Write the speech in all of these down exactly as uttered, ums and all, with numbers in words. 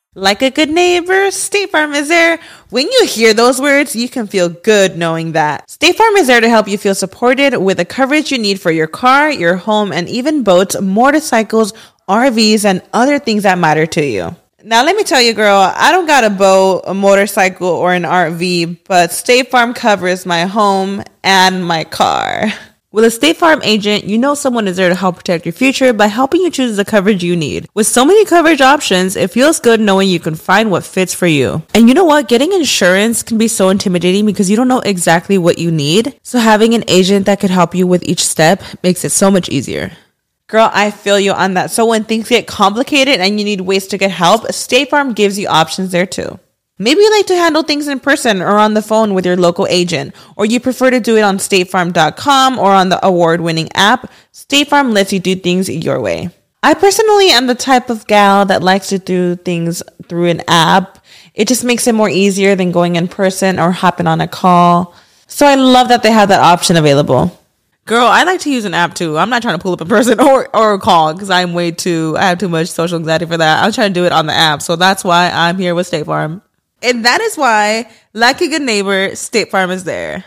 Like a good neighbor, State Farm is there. When you hear those words, you can feel good knowing that. State Farm is there to help you feel supported with the coverage you need for your car, your home, and even boats, motorcycles, R Vs, and other things that matter to you. Now, let me tell you, girl, I don't got a boat, a motorcycle, or an R V, but State Farm covers my home and my car. With a State Farm agent, you know someone is there to help protect your future by helping you choose the coverage you need. With so many coverage options, it feels good knowing you can find what fits for you. And you know what? Getting insurance can be so intimidating because you don't know exactly what you need. So having an agent that could help you with each step makes it so much easier. Girl, I feel you on that. So when things get complicated and you need ways to get help, State Farm gives you options there too. Maybe you like to handle things in person or on the phone with your local agent, or you prefer to do it on state farm dot com or on the award-winning app. State Farm lets you do things your way. I personally am the type of gal that likes to do things through an app. It just makes it more easier than going in person or hopping on a call. So I love that they have that option available. Girl, I like to use an app too. I'm not trying to pull up in person or, or call because I'm way too, I have too much social anxiety for that. I'm trying to do it on the app. So that's why I'm here with State Farm. And that is why, like a good neighbor, State Farm is there.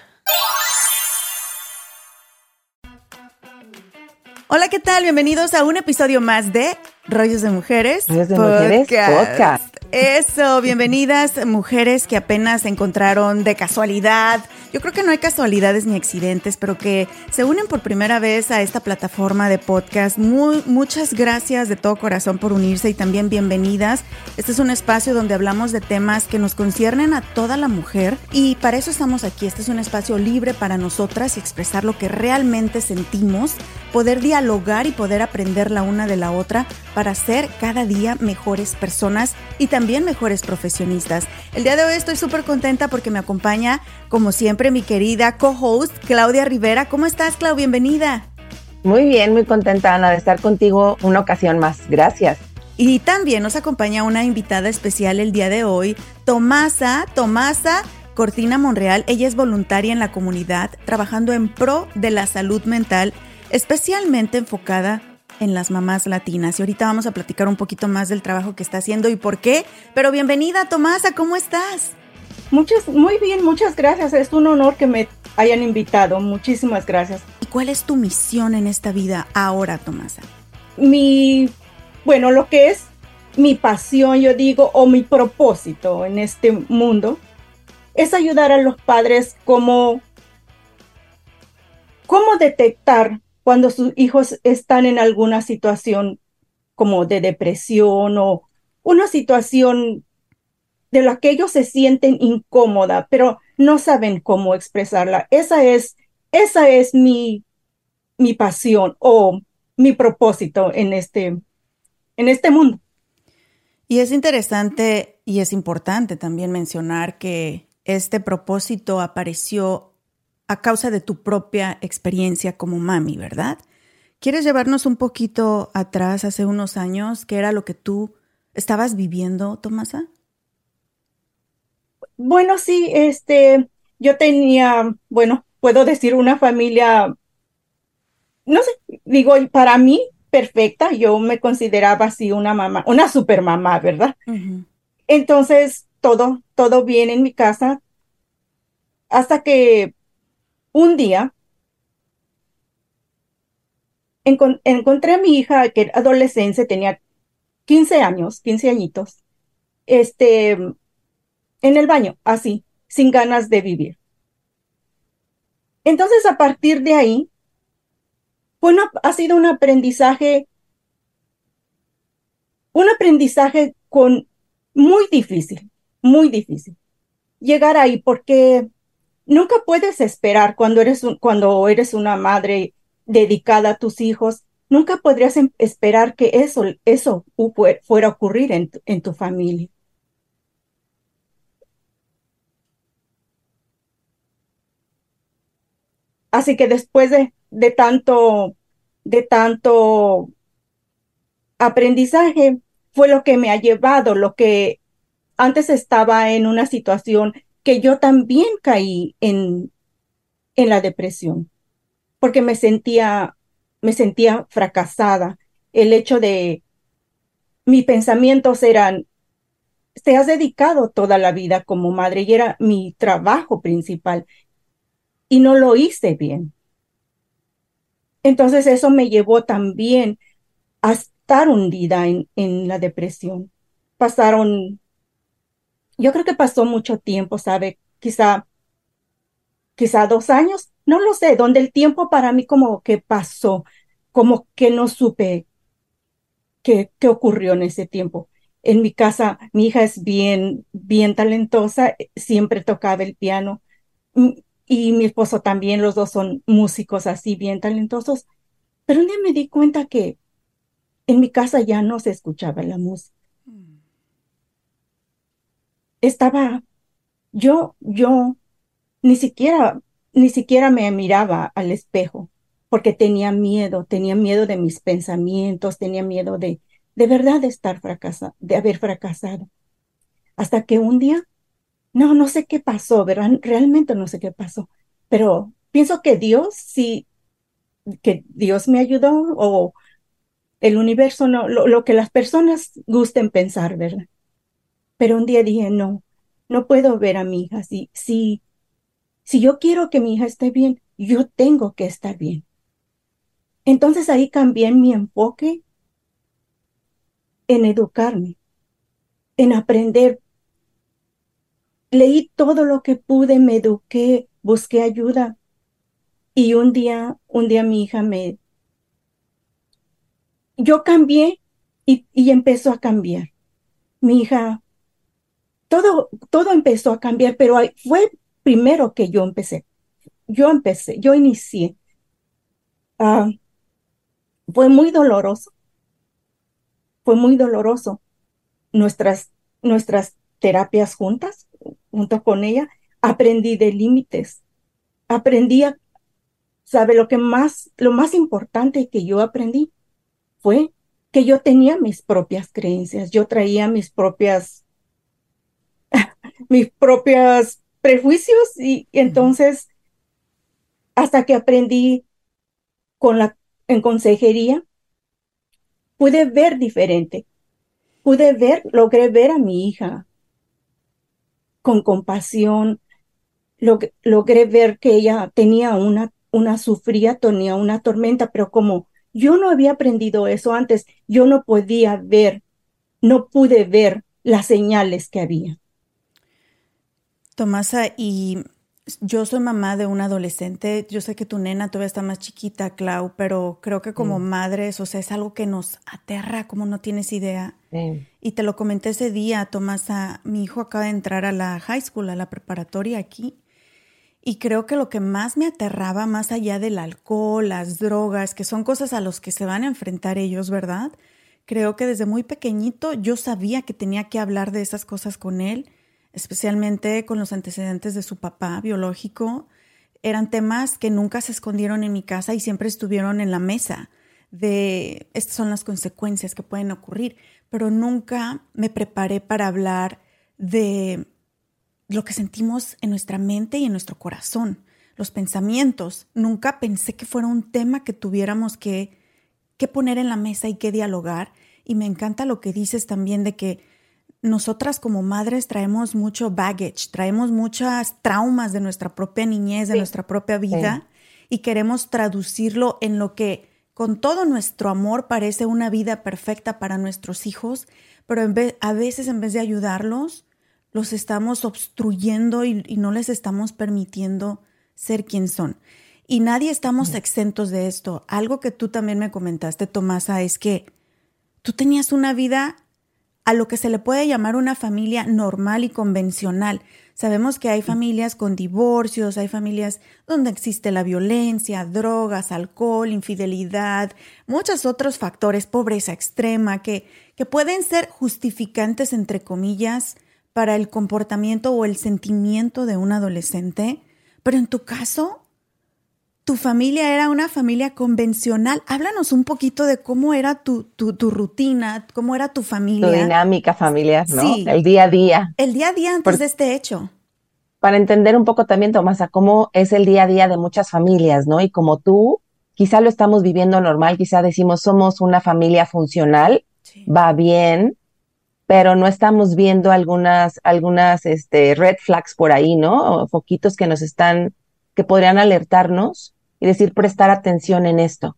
Hola, ¿qué tal? Bienvenidos a un episodio más de Rollos de Mujeres. Rollos de Mujeres Podcast. Eso, bienvenidas mujeres que apenas se encontraron de casualidad. Yo creo que no hay casualidades ni accidentes, pero que se unen por primera vez a esta plataforma de podcast. Muy, muchas gracias de todo corazón por unirse y también bienvenidas. Este es un espacio donde hablamos de temas que nos conciernen a toda la mujer y para eso estamos aquí. Este es un espacio libre para nosotras y expresar lo que realmente sentimos, poder dialogar y poder aprender la una de la otra para ser cada día mejores personas y también mejores profesionistas. El día de hoy estoy súper contenta porque me acompaña, como siempre, mi querida co-host Claudia Rivera. ¿Cómo estás, Clau? Bienvenida. Muy bien, muy contenta, Ana, de estar contigo una ocasión más. Gracias. Y también nos acompaña una invitada especial el día de hoy, Tomasa, Tomasa Cortina Monreal. Ella es voluntaria en la comunidad, trabajando en pro de la salud mental, especialmente enfocada en las mamás latinas. Y ahorita vamos a platicar un poquito más del trabajo que está haciendo y por qué. Pero bienvenida, Tomasa, ¿cómo estás? Muchas, muy bien, muchas gracias. Es un honor que me hayan invitado. Muchísimas gracias. ¿Y cuál es tu misión en esta vida ahora, Tomasa? Mi, bueno, lo que es mi pasión, yo digo, o mi propósito en este mundo, es ayudar a los padres como, cómo detectar cuando sus hijos están en alguna situación como de depresión o una situación de la que ellos se sienten incómoda, pero no saben cómo expresarla. Esa es, esa es mi, mi pasión o mi propósito en este, en este mundo. Y es interesante y es importante también mencionar que este propósito apareció a causa de tu propia experiencia como mami, ¿verdad? ¿Quieres llevarnos un poquito atrás, hace unos años? ¿Qué era lo que tú estabas viviendo, Tomasa? Bueno, sí, este, yo tenía, bueno, puedo decir una familia, no sé, digo, para mí, perfecta. Yo me consideraba así una mamá, una super mamá, ¿verdad? Uh-huh. Entonces, todo, todo bien en mi casa, hasta que un día encont- encontré a mi hija, que era adolescente, tenía quince años, quince añitos, este, en el baño, así, sin ganas de vivir. Entonces, a partir de ahí, bueno, ha sido un aprendizaje, un aprendizaje con muy difícil, muy difícil llegar ahí, porque nunca puedes esperar cuando eres, un, cuando eres una madre dedicada a tus hijos, nunca podrías em- esperar que eso, eso fuera a ocurrir en tu, en tu familia. Así que después de, de tanto, de tanto aprendizaje, fue lo que me ha llevado, lo que antes estaba en una situación que yo también caí en, en la depresión, porque me sentía, me sentía fracasada. El hecho de mis pensamientos eran, te has dedicado toda la vida como madre y era mi trabajo principal y no lo hice bien. Entonces eso me llevó también a estar hundida en, en la depresión. Pasaron, yo creo que pasó mucho tiempo, ¿sabe? Quizá, quizá dos años, no lo sé, donde el tiempo para mí como que pasó, como que no supe qué, qué ocurrió en ese tiempo. En mi casa, mi hija es bien, bien talentosa, siempre tocaba el piano mm, y mi esposo también, los dos son músicos así bien talentosos, pero un día me di cuenta que en mi casa ya no se escuchaba la música. Estaba, yo, yo ni siquiera, ni siquiera me miraba al espejo porque tenía miedo, tenía miedo de mis pensamientos, tenía miedo de, de verdad de estar fracasado, de haber fracasado. Hasta que un día, no, no sé qué pasó, ¿verdad? Realmente no sé qué pasó, pero pienso que Dios, sí, que Dios me ayudó o el universo, no, lo, lo que las personas gusten pensar, ¿verdad? Pero un día dije, no, no puedo ver a mi hija. Si, si, si yo quiero que mi hija esté bien, yo tengo que estar bien. Entonces ahí cambié mi enfoque en educarme, en aprender. Leí todo lo que pude, me eduqué, busqué ayuda. Y un día, un día mi hija me, yo cambié y, y empezó a cambiar. Mi hija, todo, todo empezó a cambiar, pero ahí fue primero que yo empecé. Yo empecé, yo inicié. Ah, fue muy doloroso, fue muy doloroso. Nuestras, nuestras terapias juntas, junto con ella, aprendí de límites. Aprendí a, ¿sabe? Lo que más, lo más importante que yo aprendí fue que yo tenía mis propias creencias, yo traía mis propias, mis propios prejuicios y, y entonces hasta que aprendí con la, en consejería, pude ver diferente, pude ver, logré ver a mi hija con compasión, log- logré ver que ella tenía una, una sufría, tenía una tormenta, pero como yo no había aprendido eso antes, yo no podía ver, no pude ver las señales que había. Tomasa, y yo soy mamá de un adolescente. Yo sé que tu nena todavía está más chiquita, Clau, pero creo que como Sí. madres, o sea, es algo que nos aterra, como no tienes idea. Sí. Y te lo comenté ese día, Tomasa. Mi hijo acaba de entrar a la high school, a la preparatoria aquí. Y creo que lo que más me aterraba, más allá del alcohol, las drogas, que son cosas a las que se van a enfrentar ellos, ¿verdad? Creo que desde muy pequeñito yo sabía que tenía que hablar de esas cosas con él, especialmente con los antecedentes de su papá biológico. Eran temas que nunca se escondieron en mi casa y siempre estuvieron en la mesa de estas son las consecuencias que pueden ocurrir, pero nunca me preparé para hablar de lo que sentimos en nuestra mente y en nuestro corazón, los pensamientos. Nunca pensé que fuera un tema que tuviéramos que, que poner en la mesa y que dialogar. Y me encanta lo que dices también de que nosotras como madres traemos mucho baggage, traemos muchas traumas de nuestra propia niñez, de Sí. nuestra propia vida, sí. Y queremos traducirlo en lo que con todo nuestro amor parece una vida perfecta para nuestros hijos, pero en vez, a veces en vez de ayudarlos, los estamos obstruyendo y, y no les estamos permitiendo ser quien son. Y nadie estamos sí. exentos de esto. Algo que tú también me comentaste, Tomasa, es que tú tenías una vida a lo que se le puede llamar una familia normal y convencional. Sabemos que hay familias con divorcios, hay familias donde existe la violencia, drogas, alcohol, infidelidad, muchos otros factores, pobreza extrema, que, que pueden ser justificantes, entre comillas, para el comportamiento o el sentimiento de un adolescente. Pero en tu caso, tu familia era una familia convencional. Háblanos un poquito de cómo era tu, tu, tu rutina, cómo era tu familia. Tu dinámica familiar, ¿no? Sí. El día a día. El día a día antes Por, de este hecho. Para entender un poco también, Tomasa, cómo es el día a día de muchas familias, ¿no? Y como tú, quizá lo estamos viviendo normal, quizá decimos somos una familia funcional, sí. Va bien, pero no estamos viendo algunas, algunas este, red flags por ahí, ¿no? O foquitos que nos están, que podrían alertarnos y decir, prestar atención en esto.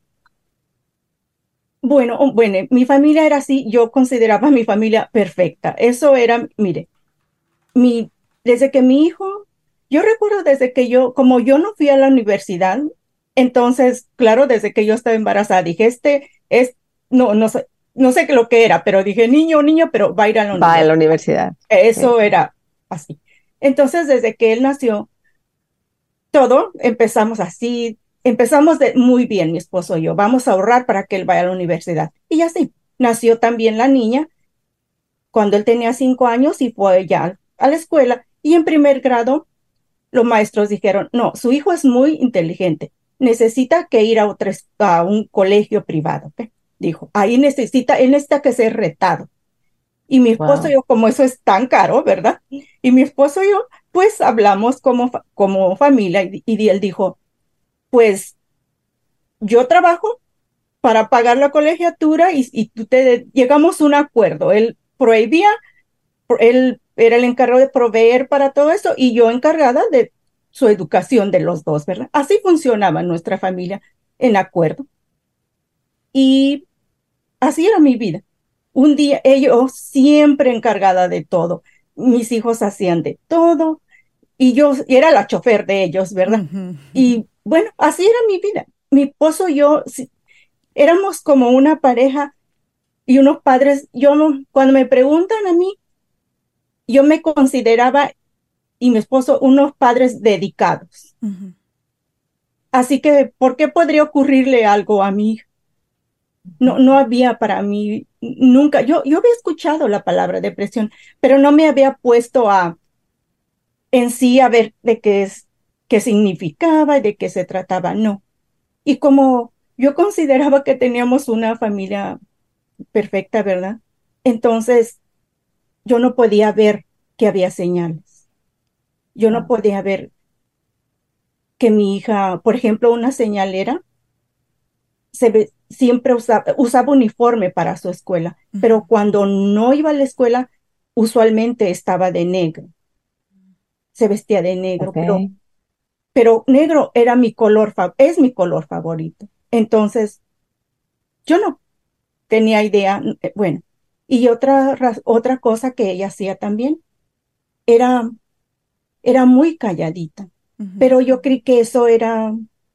Bueno, oh, bueno, mi familia era así, yo consideraba a mi familia perfecta. Eso era, mire, mi, desde que mi hijo, yo recuerdo desde que yo, como yo no fui a la universidad, entonces, claro, desde que yo estaba embarazada, dije, este es, no, no sé, no sé qué lo que era, pero dije, niño, niño, pero va a ir a la Va a universidad. la universidad. Eso Sí. era así. Entonces, desde que él nació, todo empezamos así, empezamos de, muy bien, mi esposo y yo, vamos a ahorrar para que él vaya a la universidad. Y así, nació también la niña cuando él tenía cinco años y fue ya a la escuela. Y en primer grado, los maestros dijeron, no, su hijo es muy inteligente, necesita que ir a, otra, es- a un colegio privado. ¿Ok? Dijo, ahí necesita, él necesita que ser retado. Y mi esposo y Wow. yo, como eso es tan caro, ¿verdad? Y mi esposo y yo, pues hablamos como, fa- como familia y, y él dijo, pues yo trabajo para pagar la colegiatura y, y tú te, llegamos a un acuerdo. Él prohibía, él era el encargado de proveer para todo eso y yo encargada de su educación de los dos, ¿verdad? Así funcionaba nuestra familia en acuerdo. Y así era mi vida. Un día, ellos siempre encargada de todo. Mis hijos hacían de todo y yo y era la chofer de ellos, ¿verdad? Ujú. Y bueno, así era mi vida. Mi esposo y yo sí, éramos como una pareja y unos padres. Yo, no- cuando me preguntan a mí, yo me consideraba y mi esposo unos padres dedicados. Ujú. Así que, ¿por qué podría ocurrirle algo a mí? No, no había para mí nunca. Yo, yo había escuchado la palabra depresión, pero no me había puesto a en sí a ver de qué es, qué significaba y de qué se trataba. No. Y como yo consideraba que teníamos una familia perfecta, ¿verdad? Entonces yo no podía ver que había señales. Yo no podía ver que mi hija, por ejemplo, una señalera, se ve, siempre usaba, usaba uniforme para su escuela, pero cuando no iba a la escuela, usualmente estaba de negro, se vestía de negro, Ok. pero, pero negro era mi color, fa- es mi color favorito. Entonces, yo no tenía idea, eh, bueno, y otra, raz- otra cosa que ella hacía también era, era muy calladita, Ujú. pero yo creí que eso era,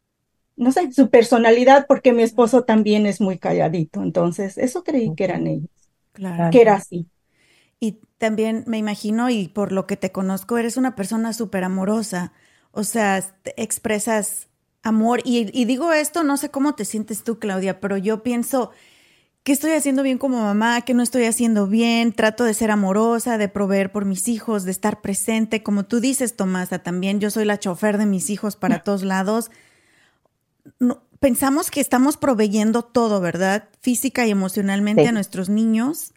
no sé, su personalidad, porque mi esposo también es muy calladito, entonces eso creí que eran Ok. ellos, Claro. que Claro. era así. Y también me imagino, y por lo que te conozco, eres una persona súper amorosa. O sea, te expresas amor. Y, y digo esto, no sé cómo te sientes tú, Claudia, pero yo pienso, ¿qué estoy haciendo bien como mamá? ¿Qué no estoy haciendo bien? Trato de ser amorosa, de proveer por mis hijos, de estar presente. Como tú dices, Tomasa, también yo soy la chofer de mis hijos para todos lados. No, pensamos que estamos proveyendo todo, ¿verdad? Física y emocionalmente a Sí. nuestros niños.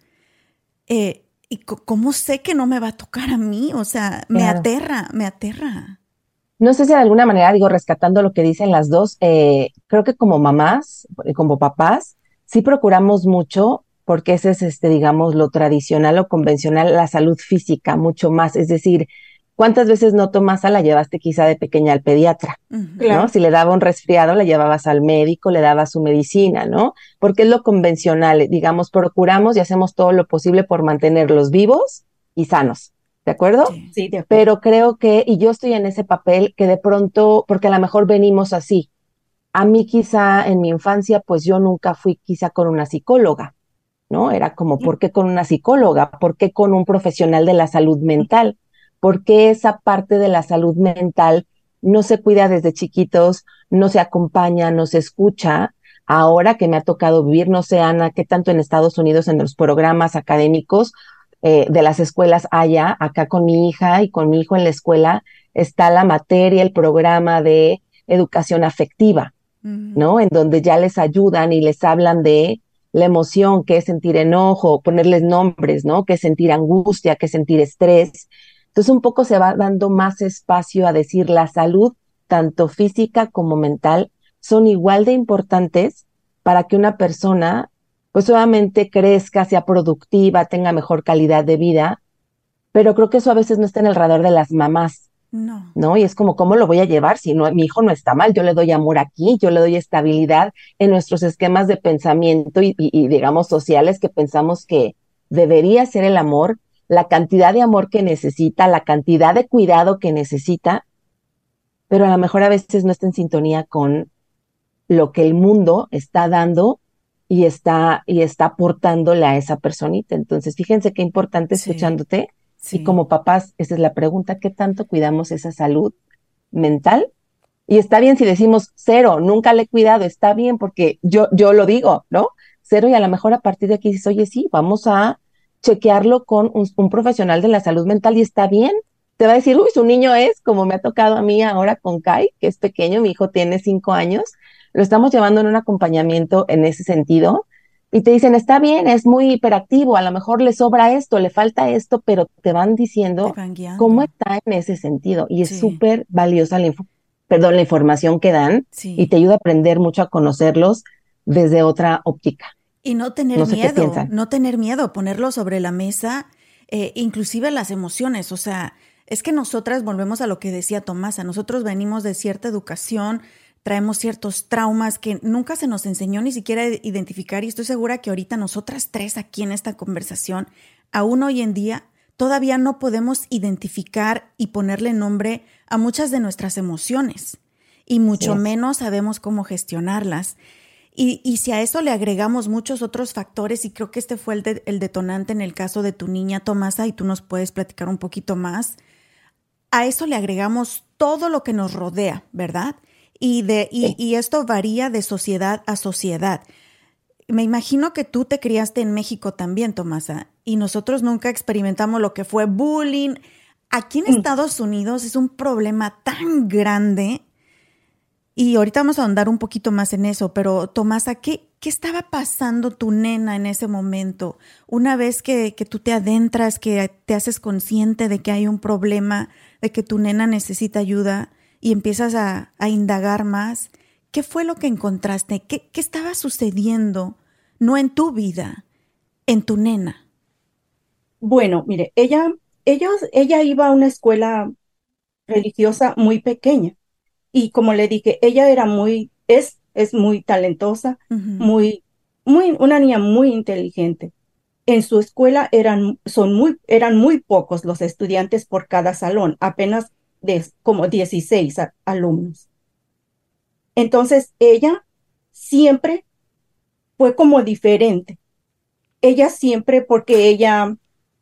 Eh, ¿y co- cómo sé que no me va a tocar a mí? O sea, me Claro. aterra, me aterra. No sé si de alguna manera, digo, rescatando lo que dicen las dos, eh, creo que como mamás, eh, como papás, sí procuramos mucho, porque ese es, este, digamos, lo tradicional o convencional, la salud física, mucho más. Es decir, ¿cuántas veces no Tomasa la llevaste quizá de pequeña al pediatra? Ujú. ¿No? Claro, Si le daba un resfriado, la llevabas al médico, le dabas su medicina, ¿no? Porque es lo convencional, eh, digamos, procuramos y hacemos todo lo posible por mantenerlos vivos y sanos, ¿de acuerdo? Sí. sí, de acuerdo. Pero creo que, y yo estoy en ese papel que de pronto, porque a lo mejor venimos así. A mí quizá en mi infancia, pues yo nunca fui quizá con una psicóloga, ¿no? Era como, ¿por qué con una psicóloga? ¿Por qué con un profesional de la salud mental? ¿Por qué esa parte de la salud mental no se cuida desde chiquitos, no se acompaña, no se escucha? Ahora que me ha tocado vivir, no sé, Ana, qué tanto en Estados Unidos en los programas académicos eh, de las escuelas haya, acá con mi hija y con mi hijo en la escuela está la materia, el programa de educación afectiva, Ujú. ¿no? En donde ya les ayudan y les hablan de la emoción, qué es sentir enojo, ponerles nombres, ¿no? Qué es sentir angustia, qué es sentir estrés. Entonces un poco se va dando más espacio a decir la salud, tanto física como mental, son igual de importantes para que una persona pues obviamente crezca, sea productiva, tenga mejor calidad de vida, pero creo que eso a veces no está en el radar de las mamás, No. ¿no? Y es como, ¿cómo lo voy a llevar? Si no, mi hijo no está mal, yo le doy amor aquí, yo le doy estabilidad en nuestros esquemas de pensamiento y, y, y digamos, sociales que pensamos que debería ser el amor, la cantidad de amor que necesita, la cantidad de cuidado que necesita, pero a lo mejor a veces no está en sintonía con lo que el mundo está dando y está, y está aportándole a esa personita. Entonces, fíjense qué importante Sí, escuchándote. sí. Y como papás, esa es la pregunta, ¿qué tanto cuidamos esa salud mental? Y está bien si decimos cero, nunca le he cuidado, está bien porque yo, yo lo digo, ¿no? Cero y a lo mejor a partir de aquí dices, oye, sí, vamos a chequearlo con un, un profesional de la salud mental y está bien. Te va a decir, uy, su niño es, como me ha tocado a mí ahora con Kai, que es pequeño, mi hijo tiene cinco años, lo estamos llevando en un acompañamiento en ese sentido y te dicen, está bien, es muy hiperactivo, a lo mejor le sobra esto, le falta esto, pero te van Te diciendo van guiando. cómo está en ese sentido y es Sí. súper valiosa la, info- perdón, la información que dan Sí. y te ayuda a aprender mucho a conocerlos desde otra óptica. Y no tener No sé qué miedo, piensan. no tener miedo, ponerlo sobre la mesa, eh, inclusive las emociones. O sea, es que nosotras volvemos a lo que decía Tomasa, nosotros venimos de cierta educación, traemos ciertos traumas que nunca se nos enseñó ni siquiera a identificar y estoy segura que ahorita nosotras tres aquí en esta conversación, aún hoy en día, todavía no podemos identificar y ponerle nombre a muchas de nuestras emociones y mucho Sí. menos sabemos cómo gestionarlas. Y, y si a eso le agregamos muchos otros factores, y creo que este fue el, de, el detonante en el caso de tu niña, Tomasa, y tú nos puedes platicar un poquito más, a eso le agregamos todo lo que nos rodea, ¿verdad? Y, de, y, Sí. y esto varía de sociedad a sociedad. Me imagino que tú te criaste en México también, Tomasa, y nosotros nunca experimentamos lo que fue bullying. Aquí en Mm. Estados Unidos es un problema tan grande. Y ahorita vamos a ahondar un poquito más en eso, pero Tomasa, ¿qué, qué estaba pasando tu nena en ese momento? Una vez que, que tú te adentras, que te haces consciente de que hay un problema, de que tu nena necesita ayuda y empiezas a, a indagar más, ¿qué fue lo que encontraste? ¿Qué, qué estaba sucediendo? No en tu vida, en tu nena. Bueno, mire, ella, ellos, ella iba a una escuela religiosa muy pequeña y como le dije, ella era muy, es, es muy talentosa, Uh-huh. muy, muy, una niña muy inteligente. En su escuela eran, son muy, eran muy pocos los estudiantes por cada salón, apenas de, como dieciséis a- alumnos. Entonces ella siempre fue como diferente. Ella siempre, porque ella,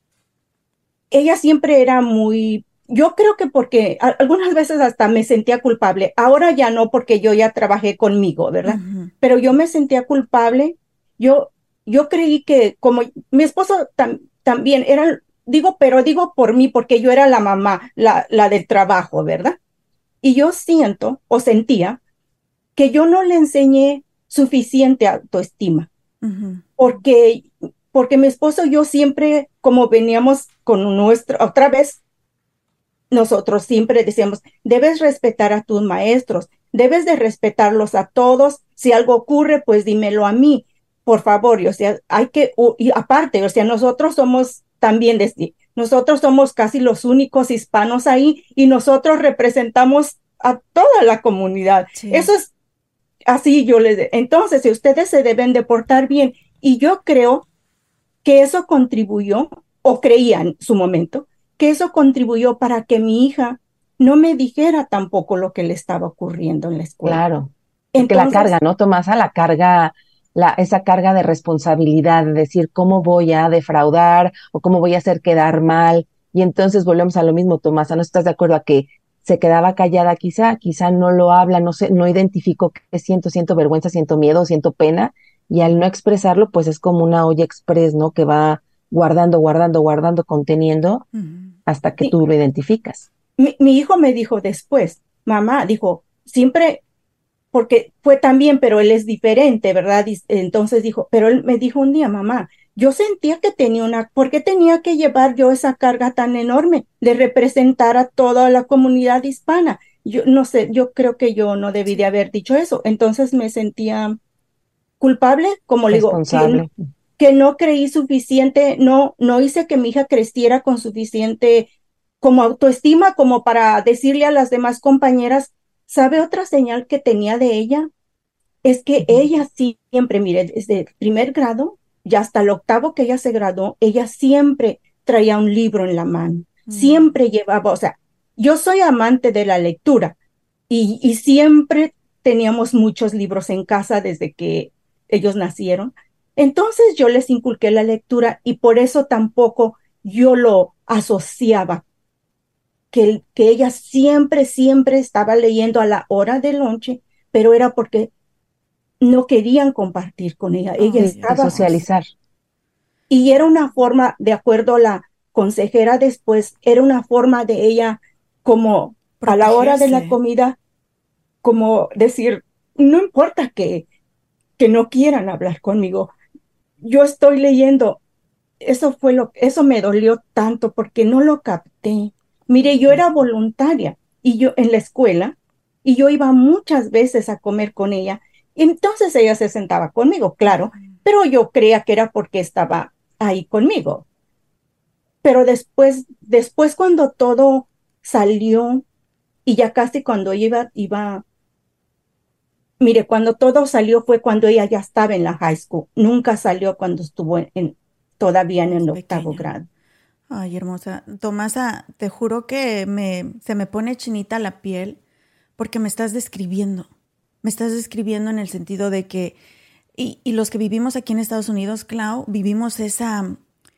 ella siempre era muy, yo creo que porque a- algunas veces hasta me sentía culpable. Ahora ya no, porque yo ya trabajé conmigo, ¿verdad? Uh-huh. Pero yo me sentía culpable. Yo, yo creí que como mi esposo tam- también era, digo, pero digo por mí, porque yo era la mamá, la, la del trabajo, ¿verdad? Y yo siento o sentía que yo no le enseñé suficiente autoestima, Uh-huh. porque, porque mi esposo y yo siempre, como veníamos con nuestro, otra vez, nosotros siempre decíamos, debes respetar a tus maestros, debes de respetarlos a todos, si algo ocurre, pues dímelo a mí, por favor, y, o sea, hay que, y aparte, o sea, nosotros somos también, desde, nosotros somos casi los únicos hispanos ahí y nosotros representamos a toda la comunidad. Sí. Eso es así yo les, entonces, si ustedes se deben de portar bien, y yo creo que eso contribuyó, o creía en su momento, que eso contribuyó para que mi hija no me dijera tampoco lo que le estaba ocurriendo en la escuela. Claro, porque la Entonces, carga, ¿no, Tomasa? La carga, la, esa carga de responsabilidad, de decir cómo voy a defraudar o cómo voy a hacer quedar mal. Y entonces volvemos a lo mismo, Tomasa, ¿no estás de acuerdo a que se quedaba callada quizá, quizá no lo habla, no sé, no identifico qué siento, siento vergüenza, siento miedo, siento pena, y al no expresarlo, pues es como una olla express, ¿no? Que va guardando, guardando, guardando, conteniendo Uh-huh. hasta que sí, tú lo identificas. mi, mi hijo me dijo después, mamá, dijo, siempre, porque fue también, pero él es diferente, ¿verdad? Y entonces dijo, pero él me dijo un día, mamá, yo sentía que tenía una, ¿por qué tenía que llevar yo esa carga tan enorme de representar a toda la comunidad hispana? Yo no sé, yo creo que yo no debí de haber dicho eso. Entonces me sentía culpable, como le digo, que, que no creí suficiente, no, no hice que mi hija creciera con suficiente como autoestima como para decirle a las demás compañeras. ¿Sabe otra señal que tenía de ella? Es que uh-huh. ella siempre, mire, desde el primer grado y hasta el octavo que ella se graduó, ella siempre traía un libro en la mano, uh-huh. siempre llevaba, o sea, yo soy amante de la lectura y, y siempre teníamos muchos libros en casa desde que ellos nacieron. Entonces yo les inculqué la lectura y por eso tampoco yo lo asociaba, que, que ella siempre, siempre estaba leyendo a la hora del lonche, pero era porque no querían compartir con ella. Oh, ella estaba socializar. Y era una forma, de acuerdo a la consejera después, era una forma de ella como protegerse. A la hora de la comida, como decir, no importa que, que no quieran hablar conmigo, yo estoy leyendo. Eso fue lo, eso me dolió tanto porque no lo capté. Mire, yo era voluntaria y yo en la escuela y yo iba muchas veces a comer con ella. Entonces ella se sentaba conmigo, claro, pero yo creía que era porque estaba ahí conmigo. Pero después, después cuando todo salió y ya casi cuando iba, iba, mire, cuando todo salió fue cuando ella ya estaba en la high school. Nunca salió cuando estuvo en, en todavía en el octavo grado. Ay, hermosa. Tomasa, te juro que me, se me pone chinita la piel porque me estás describiendo. Me estás describiendo en el sentido de que, y, y los que vivimos aquí en Estados Unidos, Clau, vivimos esa,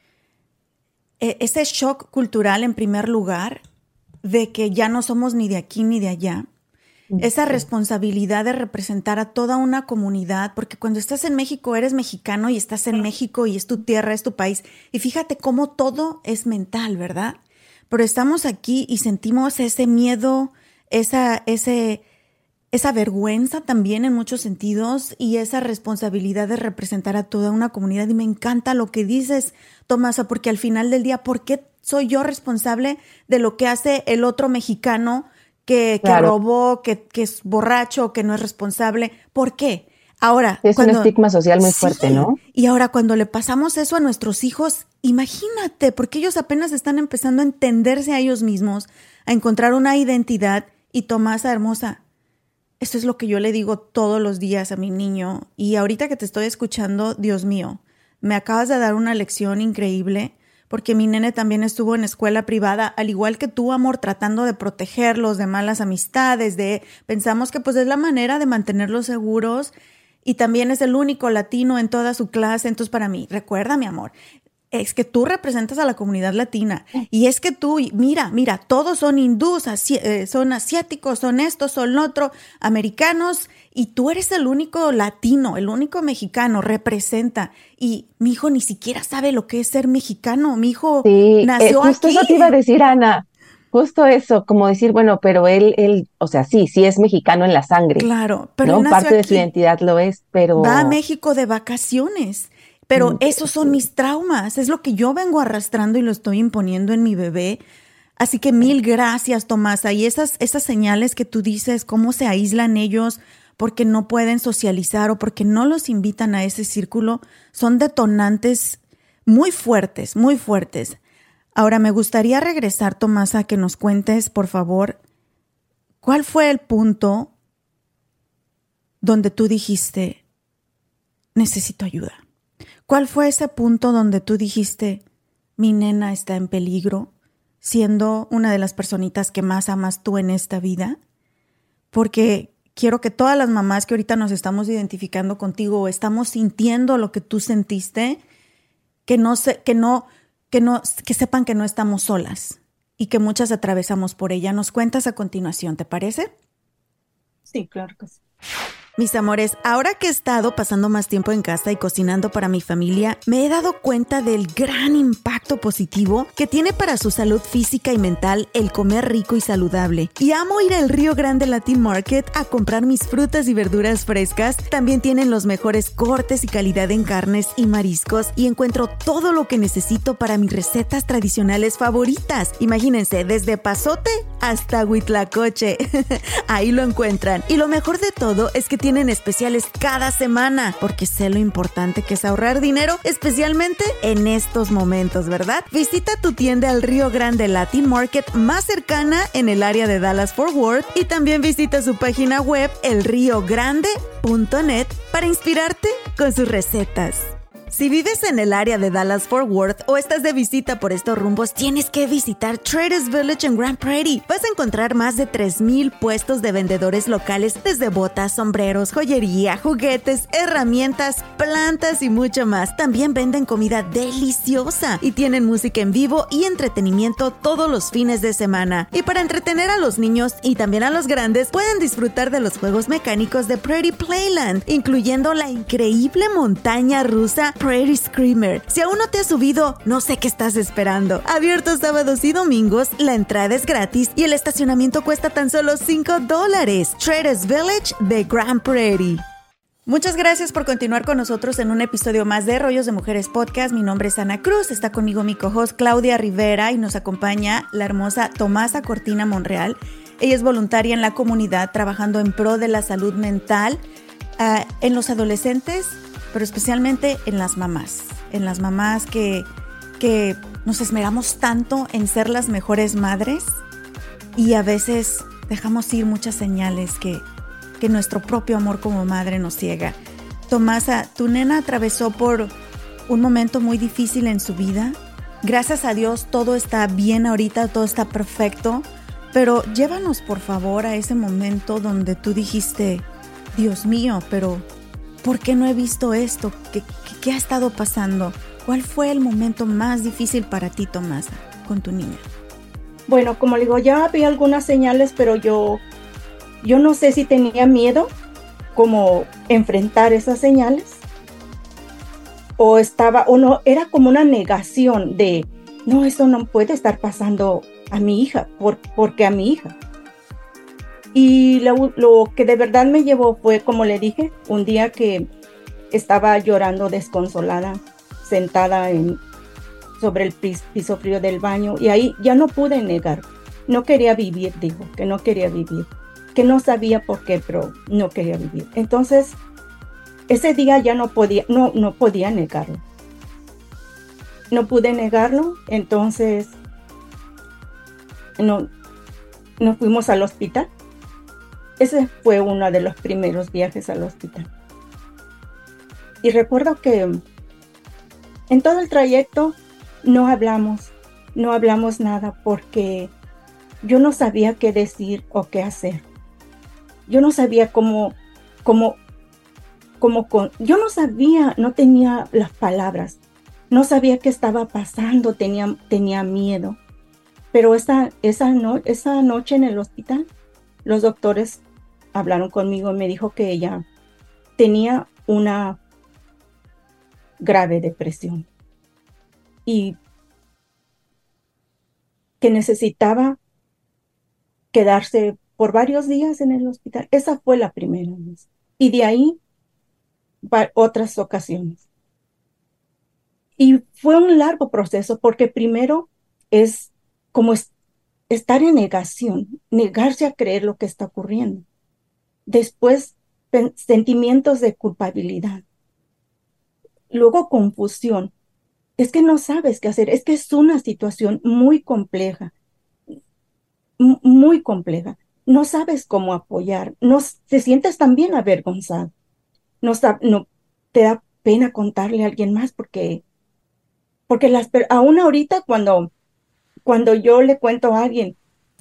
ese shock cultural en primer lugar de que ya no somos ni de aquí ni de allá. Esa responsabilidad de representar a toda una comunidad, porque cuando estás en México eres mexicano y estás en México y es tu tierra, es tu país. Y fíjate cómo todo es mental, ¿verdad? Pero estamos aquí y sentimos ese miedo, esa, ese, esa vergüenza también en muchos sentidos y esa responsabilidad de representar a toda una comunidad. Y me encanta lo que dices, Tomasa, porque al final del día, ¿por qué soy yo responsable de lo que hace el otro mexicano que, claro. que robó, que, que es borracho, que no es responsable? ¿Por qué? Ahora, es cuando, un estigma social muy sí, fuerte, ¿no? Y ahora cuando le pasamos eso a nuestros hijos, imagínate, porque ellos apenas están empezando a entenderse a ellos mismos, a encontrar una identidad. Y Tomasa, hermosa, esto es lo que yo le digo todos los días a mi niño. Y ahorita que te estoy escuchando, Dios mío, me acabas de dar una lección increíble, porque mi nene también estuvo en escuela privada, al igual que tú, amor, tratando de protegerlos de malas amistades, de pensamos que pues es la manera de mantenerlos seguros y también es el único latino en toda su clase. Entonces para mí, recuerda, mi amor, es que tú representas a la comunidad latina y es que tú, mira, mira, todos son hindús, asi- eh, son asiáticos, son estos, son otro, americanos, y tú eres el único latino, el único mexicano, representa. Y mi hijo ni siquiera sabe lo que es ser mexicano. Mi hijo sí, nació eh, justo aquí. Eso te iba a decir, Ana. Justo eso, como decir, bueno, pero él, él, o sea, sí, sí es mexicano en la sangre. Claro, pero ¿no? él nació Parte de aquí. su identidad lo es, pero... Va a México de vacaciones. Pero esos son mis traumas, es lo que yo vengo arrastrando y lo estoy imponiendo en mi bebé. Así que mil gracias, Tomasa. Y esas, esas señales que tú dices, cómo se aíslan ellos porque no pueden socializar o porque no los invitan a ese círculo, son detonantes muy fuertes, muy fuertes. Ahora, me gustaría regresar, Tomasa, a que nos cuentes, por favor, ¿cuál fue el punto donde tú dijiste, necesito ayuda? ¿Cuál fue ese punto donde tú dijiste, mi nena está en peligro, siendo una de las personitas que más amas tú en esta vida? Porque quiero que todas las mamás que ahorita nos estamos identificando contigo o estamos sintiendo lo que tú sentiste, que no se, que no, que no, que sepan que no estamos solas y que muchas atravesamos por ella. Nos cuentas a continuación, ¿te parece? Sí, claro que sí. Mis amores, ahora que he estado pasando más tiempo en casa y cocinando para mi familia, me he dado cuenta del gran impacto positivo que tiene para su salud física y mental el comer rico y saludable. Y amo ir al Río Grande Latin Market a comprar mis frutas y verduras frescas. También tienen los mejores cortes y calidad en carnes y mariscos y encuentro todo lo que necesito para mis recetas tradicionales favoritas. Imagínense, desde pasote hasta huitlacoche. Ahí lo encuentran. Y lo mejor de todo es que tienen especiales cada semana, porque sé lo importante que es ahorrar dinero, especialmente en estos momentos, ¿verdad? Visita tu tienda El Río Grande Latin Market más cercana en el área de Dallas-Fort Worth y también visita su página web el río grande punto net para inspirarte con sus recetas. Si vives en el área de Dallas-Fort Worth o estás de visita por estos rumbos, tienes que visitar Traders Village en Grand Prairie. Vas a encontrar más de tres mil puestos de vendedores locales, desde botas, sombreros, joyería, juguetes, herramientas, plantas y mucho más. También venden comida deliciosa y tienen música en vivo y entretenimiento todos los fines de semana. Y para entretener a los niños y también a los grandes, pueden disfrutar de los juegos mecánicos de Prairie Playland, incluyendo la increíble montaña rusa Prairie Screamer. Si aún no te has subido, no sé qué estás esperando. Abierto sábados y domingos, la entrada es gratis y el estacionamiento cuesta tan solo cinco dólares. Traders Village de Grand Prairie. Muchas gracias por continuar con nosotros en un episodio más de Rollos de Mujeres Podcast. Mi nombre es Ana Cruz, está conmigo mi co-host Claudia Rivera y nos acompaña la hermosa Tomasa Cortina Monreal. Ella es voluntaria en la comunidad trabajando en pro de la salud mental uh, en los adolescentes, pero especialmente en las mamás, en las mamás que, que nos esmeramos tanto en ser las mejores madres y a veces dejamos ir muchas señales que, que nuestro propio amor como madre nos ciega. Tomasa, tu nena atravesó por un momento muy difícil en su vida. Gracias a Dios todo está bien ahorita, todo está perfecto, pero llévanos por favor a ese momento donde tú dijiste, Dios mío, pero ¿por qué no he visto esto? ¿Qué, qué, qué ha estado pasando? ¿Cuál fue el momento más difícil para ti, Tomasa, con tu niña? Bueno, como le digo, ya había algunas señales, pero yo, yo no sé si tenía miedo como enfrentar esas señales o estaba, o no, era como una negación de, no, eso no puede estar pasando a mi hija, por, porque a mi hija. Y lo, lo que de verdad me llevó fue, como le dije, un día que estaba llorando desconsolada, sentada en, sobre el piso frío del baño, y ahí ya no pude negar. No quería vivir, dijo, que no quería vivir, que no sabía por qué, pero no quería vivir. Entonces, ese día ya no podía, no, no podía negarlo. No pude negarlo, entonces no, nos fuimos al hospital. Ese fue uno de los primeros viajes al hospital. Y recuerdo que en todo el trayecto no hablamos, no hablamos nada porque yo no sabía qué decir o qué hacer. Yo no sabía cómo, cómo, cómo, con, yo no sabía, no tenía las palabras, no sabía qué estaba pasando, tenía, tenía miedo. Pero esa, esa, no, esa noche en el hospital, los doctores hablaron conmigo y me dijo que ella tenía una grave depresión y que necesitaba quedarse por varios días en el hospital. Esa fue la primera vez. Y de ahí, otras ocasiones. Y fue un largo proceso porque primero es como es, estar en negación, negarse a creer lo que está ocurriendo. Después, sentimientos de culpabilidad. Luego, confusión. Es que no sabes qué hacer. Es que es una situación muy compleja. M- muy compleja. No sabes cómo apoyar. No, te sientes también avergonzado. No, no te da pena contarle a alguien más porque, porque las, aún ahorita cuando, cuando yo le cuento a alguien,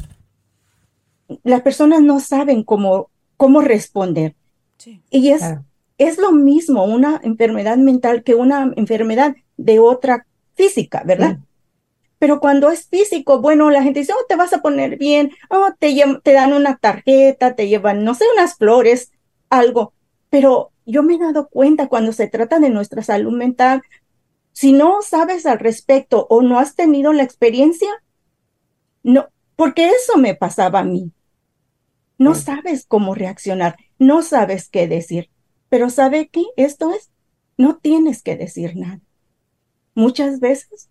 las personas no saben cómo, cómo responder. Sí, y es, claro. es lo mismo una enfermedad mental que una enfermedad de otra física, ¿verdad? Sí. Pero cuando es físico, bueno, la gente dice, oh, te vas a poner bien, oh, te, te dan una tarjeta, te llevan, no sé, unas flores, algo. Pero yo me he dado cuenta cuando se trata de nuestra salud mental, si no sabes al respecto o no has tenido la experiencia, no, porque eso me pasaba a mí. No sí. sabes cómo reaccionar, no sabes qué decir, pero ¿sabe qué? Esto es, no tienes que decir nada. Muchas veces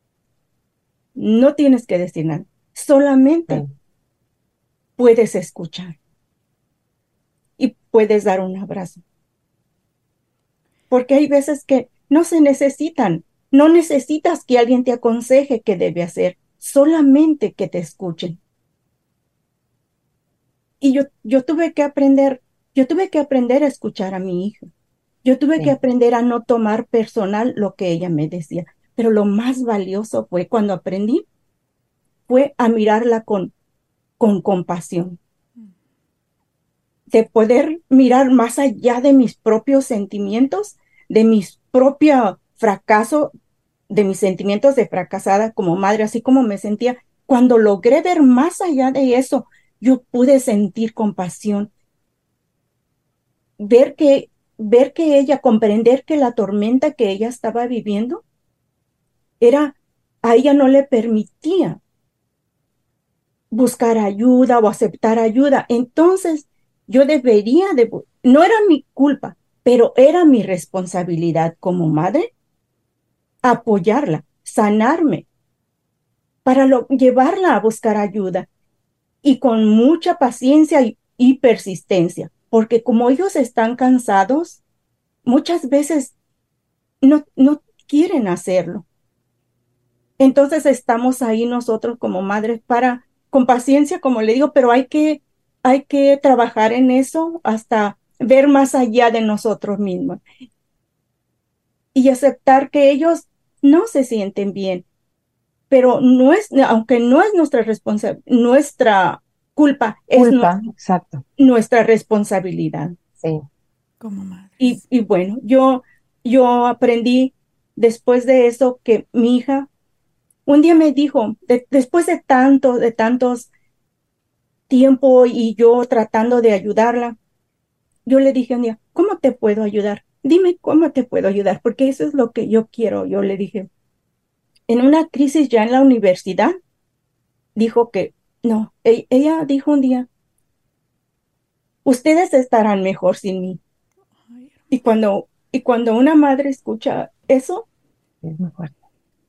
no tienes que decir nada, solamente sí. puedes escuchar. Y puedes dar un abrazo. Porque hay veces que no se necesitan, no necesitas que alguien te aconseje qué debe hacer, solamente que te escuchen. Y yo, yo tuve que aprender, yo tuve que aprender a escuchar a mi hija. Yo tuve Sí. que aprender a no tomar personal lo que ella me decía. Pero lo más valioso fue cuando aprendí, fue a mirarla con, con compasión. De poder mirar más allá de mis propios sentimientos, de mis propios fracasos, de mis sentimientos de fracasada como madre, así como me sentía. Cuando logré ver más allá de eso, yo pude sentir compasión. Ver que, ver que ella, comprender que la tormenta que ella estaba viviendo, era, a ella no le permitía buscar ayuda o aceptar ayuda. Entonces, yo debería de, no era mi culpa, pero era mi responsabilidad como madre apoyarla, sanarme, para lo, llevarla a buscar ayuda y con mucha paciencia y, y persistencia, porque como ellos están cansados, muchas veces no, no quieren hacerlo. Entonces estamos ahí nosotros como madres para, con paciencia, como le digo, pero hay que, hay que trabajar en eso hasta ver más allá de nosotros mismos y aceptar que ellos no se sienten bien, pero no es, aunque no es nuestra responsabilidad, nuestra culpa, es Culpa, nuestra, exacto. nuestra responsabilidad. Sí. Como madres. Y, y bueno, yo, yo aprendí después de eso que mi hija un día me dijo, de, después de tanto, de tantos tiempo y yo tratando de ayudarla, yo le dije un día, ¿cómo te puedo ayudar? Dime cómo te puedo ayudar, porque eso es lo que yo quiero. Yo le dije, en una crisis ya en la universidad, dijo que no, e- ella dijo un día, ustedes estarán mejor sin mí. Y cuando, y cuando una madre escucha eso, Es muy fuerte.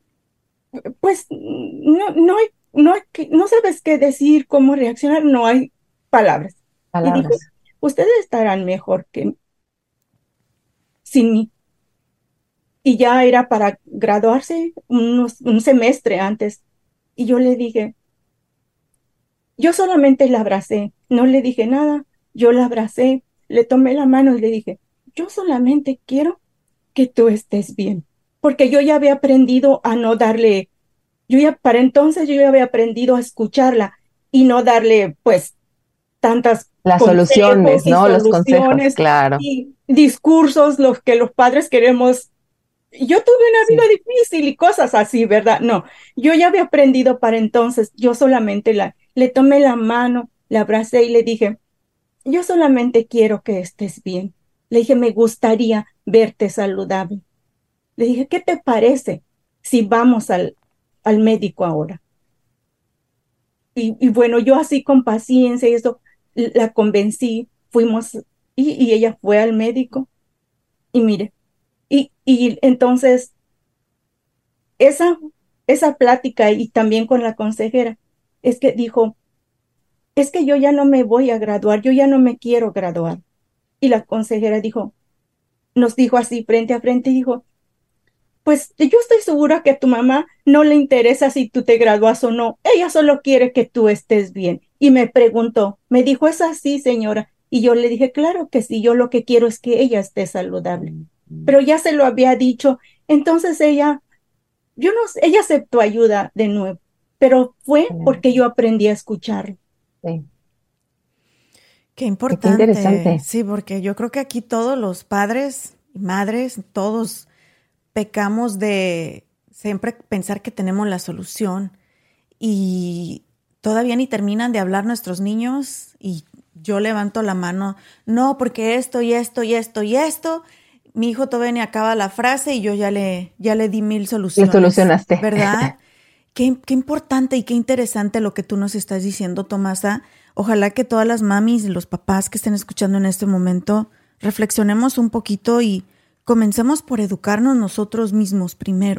pues no, no hay, no hay que- no sabes qué decir, cómo reaccionar, no hay palabras. Y dijo, Palabras. ustedes estarán mejor que sin mí. Y ya era para graduarse unos, un semestre antes. Y yo le dije, yo solamente la abracé, no le dije nada, yo la abracé, le tomé la mano y le dije, yo solamente quiero que tú estés bien, porque yo ya había aprendido a no darle, yo ya, para entonces yo ya había aprendido a escucharla y no darle pues tantas Las consejos soluciones, y ¿no? Los consejos, soluciones claro. y discursos los que los padres queremos. Yo tuve una Sí. vida difícil y cosas así, ¿verdad? No, yo ya había aprendido para entonces, yo solamente la, le tomé la mano, la abracé y le dije, yo solamente quiero que estés bien. Le dije, me gustaría verte saludable. Le dije, ¿qué te parece si vamos al, al médico ahora? Y, y bueno, yo así con paciencia y eso, la convencí, fuimos y, y ella fue al médico y mire, y, y entonces esa, esa plática y también con la consejera, es que dijo, es que yo ya no me voy a graduar, yo ya no me quiero graduar. Y la consejera dijo, nos dijo así frente a frente, y dijo, pues yo estoy segura que a tu mamá no le interesa si tú te gradúas o no, ella solo quiere que tú estés bien. Y me preguntó, me dijo, ¿es así, señora? Y yo le dije, claro que sí, yo lo que quiero es que ella esté saludable. Pero ya se lo había dicho, entonces ella, yo no sé, ella aceptó ayuda de nuevo, pero fue porque yo aprendí a escuchar. Sí. Qué importante. Qué interesante. Sí, porque yo creo que aquí todos los padres y madres, todos pecamos de siempre pensar que tenemos la solución y todavía ni terminan de hablar nuestros niños y yo levanto la mano, no, porque esto y esto y esto y esto, mi hijo todavía ni acaba la frase y yo ya le, ya le di mil soluciones. Le solucionaste. ¿Verdad? Qué, qué importante y qué interesante lo que tú nos estás diciendo, Tomasa. Ojalá que todas las mamis y los papás que estén escuchando en este momento reflexionemos un poquito y comencemos por educarnos nosotros mismos primero,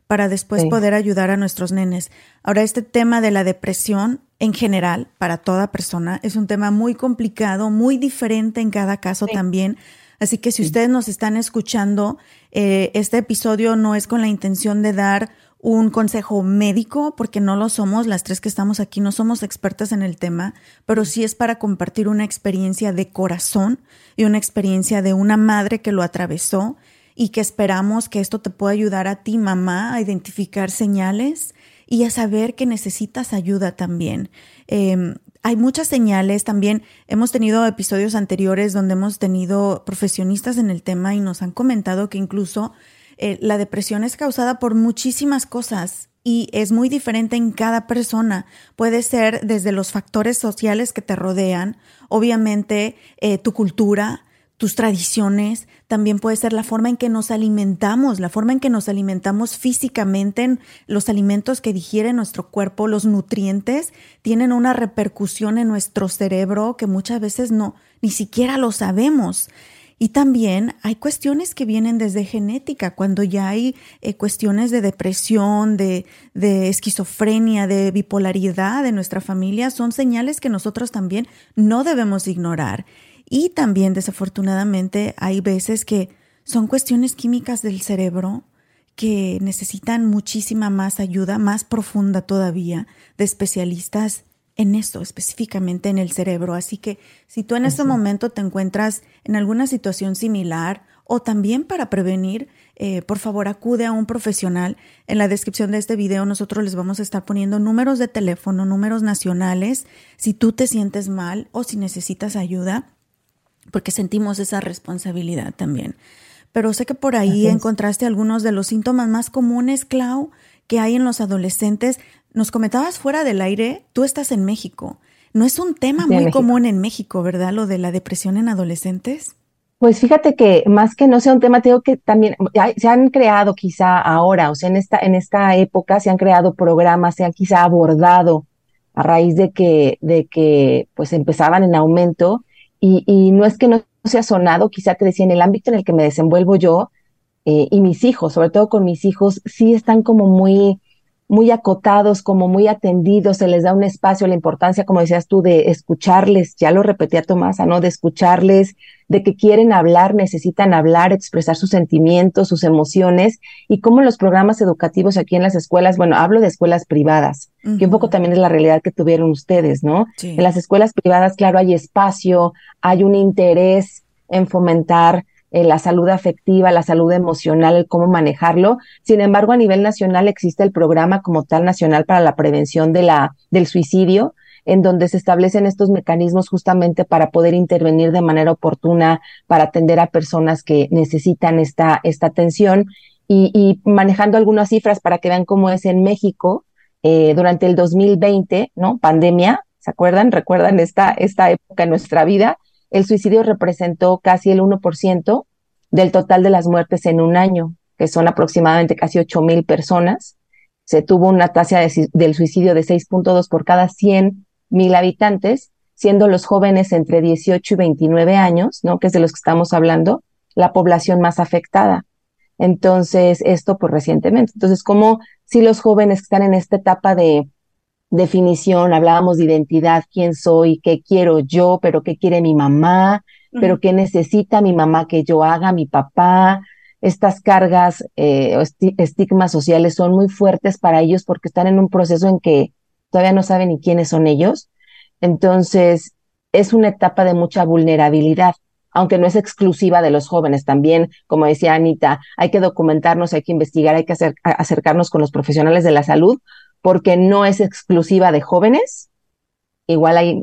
para después Sí. poder ayudar a nuestros nenes. Ahora, este tema de la depresión en general, para toda persona, es un tema muy complicado, muy diferente en cada caso Sí. también. Así que si Sí. ustedes nos están escuchando, eh, este episodio no es con la intención de dar un consejo médico, porque no lo somos, las tres que estamos aquí no somos expertas en el tema, pero sí es para compartir una experiencia de corazón y una experiencia de una madre que lo atravesó y que esperamos que esto te pueda ayudar a ti, mamá, a identificar señales y a saber que necesitas ayuda también. Eh, hay muchas señales también. Hemos tenido episodios anteriores donde hemos tenido profesionistas en el tema y nos han comentado que incluso eh, la depresión es causada por muchísimas cosas y es muy diferente en cada persona. Puede ser desde los factores sociales que te rodean, obviamente eh, tu cultura, tus tradiciones, también puede ser la forma en que nos alimentamos, la forma en que nos alimentamos físicamente, los alimentos que digiere nuestro cuerpo, los nutrientes, tienen una repercusión en nuestro cerebro que muchas veces no, ni siquiera lo sabemos. Y también hay cuestiones que vienen desde genética, cuando ya hay eh, cuestiones de depresión, de, de esquizofrenia, de bipolaridad en nuestra familia, son señales que nosotros también no debemos ignorar. Y también, desafortunadamente, hay veces que son cuestiones químicas del cerebro que necesitan muchísima más ayuda, más profunda todavía, de especialistas en esto, específicamente en el cerebro. Así que si tú en este Así. momento te encuentras en alguna situación similar o también para prevenir, eh, por favor acude a un profesional. En la descripción de este video nosotros les vamos a estar poniendo números de teléfono, números nacionales, si tú te sientes mal o si necesitas ayuda, porque sentimos esa responsabilidad también. Pero sé que por ahí encontraste algunos de los síntomas más comunes, Clau, que hay en los adolescentes. Nos comentabas fuera del aire, tú estás en México. No es un tema Sí, en muy México. común en México, ¿verdad? Lo de la depresión en adolescentes. Pues fíjate que más que no sea un tema, te digo que también hay- se han creado quizá ahora, o sea, en esta, en esta época se han creado programas, se han quizá abordado a raíz de que, de que pues empezaban en aumento y, y no es que no sea sonado, quizá te decía, en el ámbito en el que me desenvuelvo yo eh, y mis hijos, sobre todo con mis hijos, sí están como muy, muy acotados, como muy atendidos, se les da un espacio, la importancia, como decías tú, de escucharles, ya lo repetía Tomasa, ¿no? De escucharles, de que quieren hablar, necesitan hablar, expresar sus sentimientos, sus emociones, y cómo los programas educativos aquí en las escuelas, bueno, hablo de escuelas privadas, uh-huh. que un poco también es la realidad que tuvieron ustedes, ¿no? Sí. En las escuelas privadas, claro, hay espacio, hay un interés en fomentar eh, la salud afectiva, la salud emocional, el cómo manejarlo. Sin embargo, a nivel nacional existe el programa como tal nacional para la prevención de la, del suicidio, en donde se establecen estos mecanismos justamente para poder intervenir de manera oportuna, para atender a personas que necesitan esta, esta atención y, y manejando algunas cifras para que vean cómo es en México eh, durante el dos mil veinte, ¿no? Pandemia, ¿se acuerdan? ¿Recuerdan esta, esta época en nuestra vida? El suicidio representó casi el uno por ciento del total de las muertes en un año, que son aproximadamente casi ocho mil personas. Se tuvo una tasa de, del suicidio de seis punto dos por cada cien mil habitantes, siendo los jóvenes entre dieciocho y veintinueve años, ¿no? Que es de los que estamos hablando, la población más afectada. Entonces, esto pues recientemente. Entonces, como si los jóvenes que están en esta etapa de definición, hablábamos de identidad, quién soy, qué quiero yo, pero qué quiere mi mamá, uh-huh. pero qué necesita mi mamá que yo haga, mi papá. Estas cargas eh, o esti- estigmas sociales son muy fuertes para ellos porque están en un proceso en que todavía no saben ni quiénes son ellos. Entonces, es una etapa de mucha vulnerabilidad, aunque no es exclusiva de los jóvenes. También, como decía Anita, hay que documentarnos, hay que investigar, hay que acer- acercarnos con los profesionales de la salud, porque no es exclusiva de jóvenes. Igual hay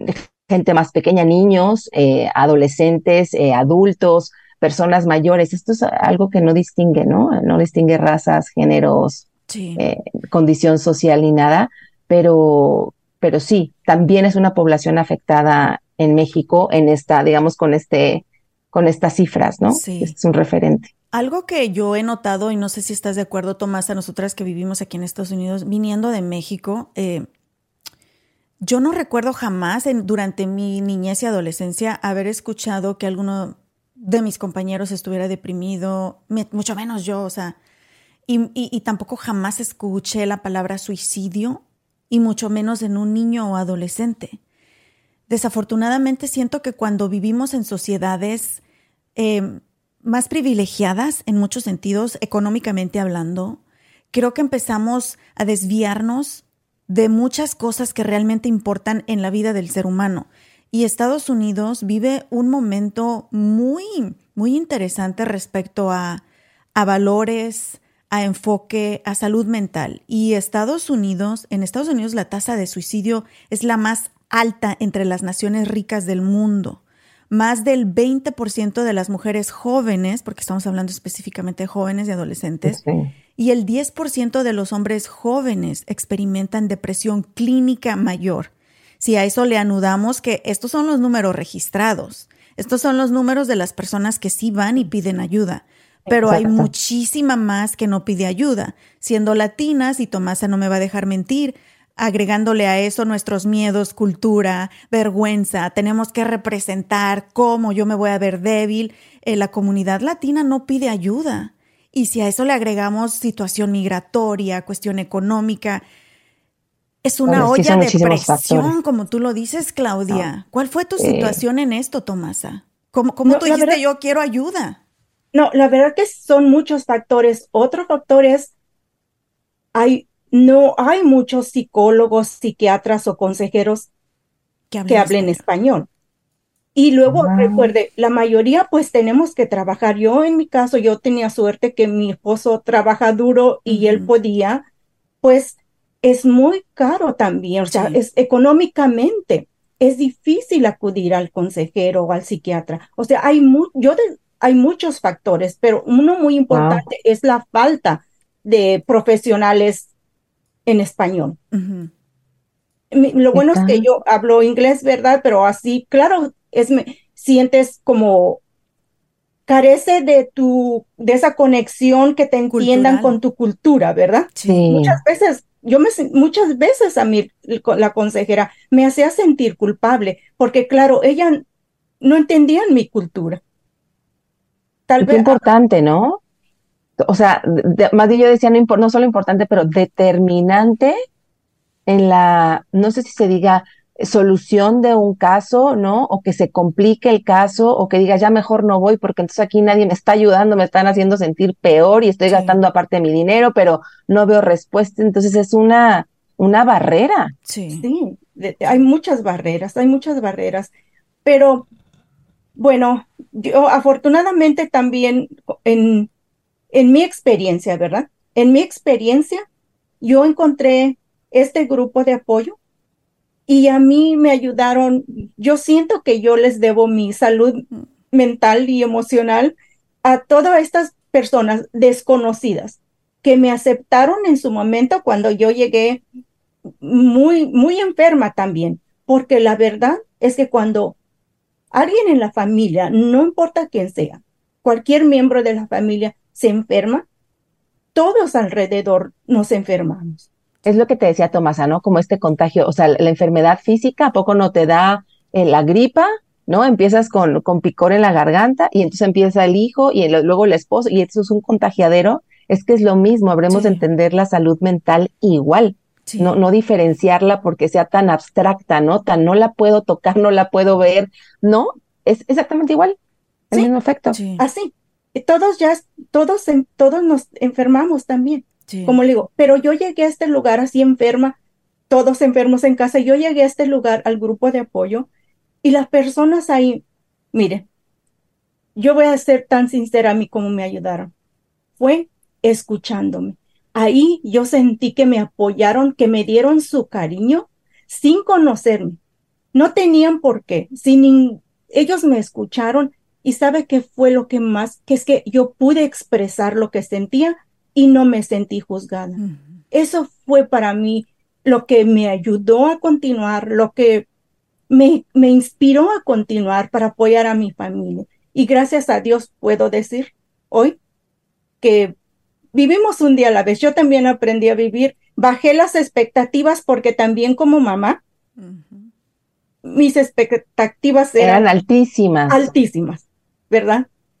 gente más pequeña, niños, eh, adolescentes, eh, adultos, personas mayores. Esto es algo que no distingue, ¿no? No distingue razas, géneros, sí. eh, condición social ni nada, pero, pero sí, también es una población afectada en México en esta, digamos, con este, con estas cifras, ¿no? Sí. Es un referente. Algo que yo he notado, y no sé si estás de acuerdo, Tomás, a nosotras que vivimos aquí en Estados Unidos, viniendo de México, eh, yo no recuerdo jamás en, durante mi niñez y adolescencia haber escuchado que alguno de mis compañeros estuviera deprimido, me, mucho menos yo, o sea, y, y, y tampoco jamás escuché la palabra suicidio, y mucho menos en un niño o adolescente. Desafortunadamente siento que cuando vivimos en sociedades eh, más privilegiadas en muchos sentidos, económicamente hablando, creo que empezamos a desviarnos de muchas cosas que realmente importan en la vida del ser humano. Y Estados Unidos vive un momento muy, muy interesante respecto a, a valores, a enfoque, a salud mental. Y Estados Unidos, en Estados Unidos la tasa de suicidio es la más alta entre las naciones ricas del mundo. Más del veinte por ciento de las mujeres jóvenes, porque estamos hablando específicamente de jóvenes y adolescentes, sí. y el diez por ciento de los hombres jóvenes experimentan depresión clínica mayor. Si a eso le anudamos que estos son los números registrados, estos son los números de las personas que sí van y piden ayuda, pero Exacto. hay muchísima más que no pide ayuda. Siendo latinas, y Tomasa no me va a dejar mentir, agregándole a eso nuestros miedos, cultura, vergüenza, tenemos que representar cómo yo me voy a ver débil. Eh, la comunidad latina no pide ayuda. Y si a eso le agregamos situación migratoria, cuestión económica, es una bueno, es olla de presión, factores. Como tú lo dices, Claudia. No. ¿Cuál fue tu eh. situación en esto, Tomasa? ¿Cómo, cómo no, tú dijiste, verdad, yo quiero ayuda? No, la verdad que son muchos factores. Otro factor es, hay No hay muchos psicólogos, psiquiatras o consejeros que, que hablen español. Y luego, wow. recuerde, la mayoría pues tenemos que trabajar. Yo en mi caso, yo tenía suerte que mi esposo trabaja duro y uh-huh. él podía, pues es muy caro también, o sea, sí. es económicamente, es difícil acudir al consejero o al psiquiatra. O sea, hay, mu- yo de, hay muchos factores, pero uno muy importante wow. es la falta de profesionales en español. Uh-huh. Mi, lo bueno es que yo hablo inglés, ¿verdad? Pero así, claro, es me, sientes como carece de tu de esa conexión que te entiendan Cultural. Con tu cultura, ¿verdad? Sí. Muchas veces, yo me muchas veces a mí la consejera me hacía sentir culpable, porque claro, ella no entendía mi cultura. Tal vez importante, ¿no? O sea, de, más bien yo decía, no, no solo importante, pero determinante en la, no sé si se diga, solución de un caso, ¿no? O que se complique el caso, o que diga, ya mejor no voy, porque entonces aquí nadie me está ayudando, me están haciendo sentir peor y estoy sí. gastando aparte mi dinero, pero no veo respuesta. Entonces es una, una barrera. Sí, sí, de, hay muchas barreras, hay muchas barreras, pero bueno, yo afortunadamente también en En mi experiencia, ¿verdad? En mi experiencia, yo encontré este grupo de apoyo y a mí me ayudaron. Yo siento que yo les debo mi salud mental y emocional a todas estas personas desconocidas que me aceptaron en su momento cuando yo llegué muy, muy enferma también. Porque la verdad es que cuando alguien en la familia, no importa quién sea, cualquier miembro de la familia, se enferma, todos alrededor nos enfermamos. Es lo que te decía Tomasa, ¿no? Como este contagio, o sea, la enfermedad física, ¿a poco no te da eh, la gripa, ¿no? Empiezas con, con picor en la garganta y entonces empieza el hijo y el, luego el esposo y eso es un contagiadero. Es que es lo mismo, habremos sí. de entender la salud mental igual, sí. no, no diferenciarla porque sea tan abstracta, ¿no? Tan no la puedo tocar, no la puedo ver, ¿no? Es exactamente igual, el sí. mismo efecto. Sí. Así. Todos ya, todos, todos nos enfermamos también, sí. como le digo, pero yo llegué a este lugar así enferma, todos enfermos en casa, yo llegué a este lugar, al grupo de apoyo, y las personas ahí, mire, yo voy a ser tan sincera a mí como me ayudaron, fue escuchándome. Ahí yo sentí que me apoyaron, que me dieron su cariño, sin conocerme, no tenían por qué, sin, ellos me escucharon. Y sabe qué fue lo que más, que es que yo pude expresar lo que sentía y no me sentí juzgada. Uh-huh. Eso fue para mí lo que me ayudó a continuar, lo que me, me inspiró a continuar para apoyar a mi familia. Y gracias a Dios puedo decir hoy que vivimos un día a la vez. Yo también aprendí a vivir, bajé las expectativas porque también como mamá, uh-huh. mis expectativas eran, eran altísimas. Altísimas. ¿Verdad?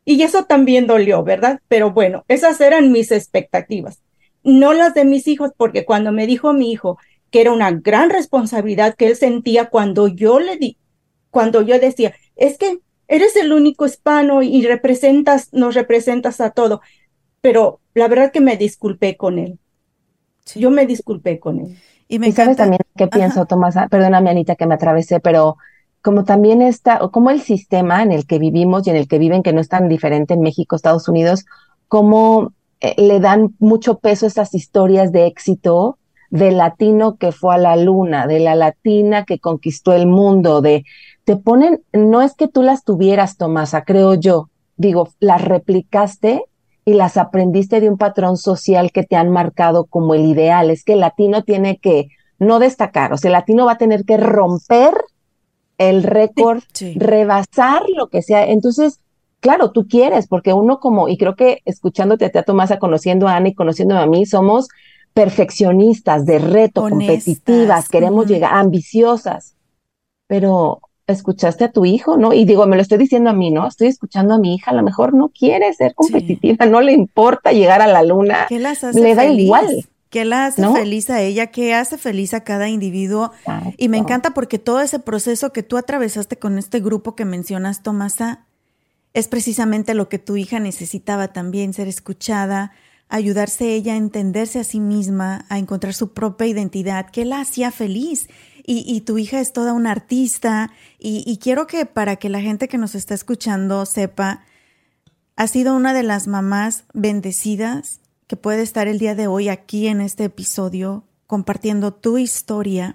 Y eso también dolió, ¿verdad? Pero bueno, esas eran mis expectativas, no las de mis hijos, porque cuando me dijo mi hijo que era una gran responsabilidad que él sentía cuando yo le di, cuando yo decía, es que eres el único hispano y representas, nos representas a todo, pero la verdad que me disculpé con él. Sí. Yo me disculpé con él. Y me Y sabes encanta. también qué pienso, Ajá. Tomás, perdóname, Anita, que me atravesé, pero como también está, o como el sistema en el que vivimos y en el que viven, que no es tan diferente en México, Estados Unidos, como eh, le dan mucho peso a estas historias de éxito del latino que fue a la luna, de la latina que conquistó el mundo, de, te ponen, no es que tú las tuvieras, Tomasa, creo yo, digo, las replicaste y las aprendiste de un patrón social que te han marcado como el ideal. Es que el latino tiene que no destacar, o sea, el latino va a tener que romper el récord, Sí. rebasar lo que sea. Entonces, claro, tú quieres, porque uno como, y creo que escuchándote a ti, Tomasa, conociendo a Ana y conociéndome a mí, somos perfeccionistas, de reto, competitivas, Honestas. queremos Ujú. llegar, ambiciosas, pero escuchaste a tu hijo, ¿no? Y digo, me lo estoy diciendo a mí, ¿no? Estoy escuchando a mi hija, a lo mejor no quiere ser Sí. competitiva, no le importa llegar a la luna, ¿Qué las hace le da feliz? igual, ¿Qué la hace ¿no? feliz a ella? ¿Qué hace feliz a cada individuo? Y me Exacto. encanta porque todo ese proceso que tú atravesaste con este grupo que mencionas, Tomasa, es precisamente lo que tu hija necesitaba también, ser escuchada, ayudarse ella a entenderse a sí misma, a encontrar su propia identidad, que la hacía feliz. Y, y tu hija es toda una artista y, y quiero que para que la gente que nos está escuchando sepa, ha sido una de las mamás bendecidas que puede estar el día de hoy aquí en este episodio compartiendo tu historia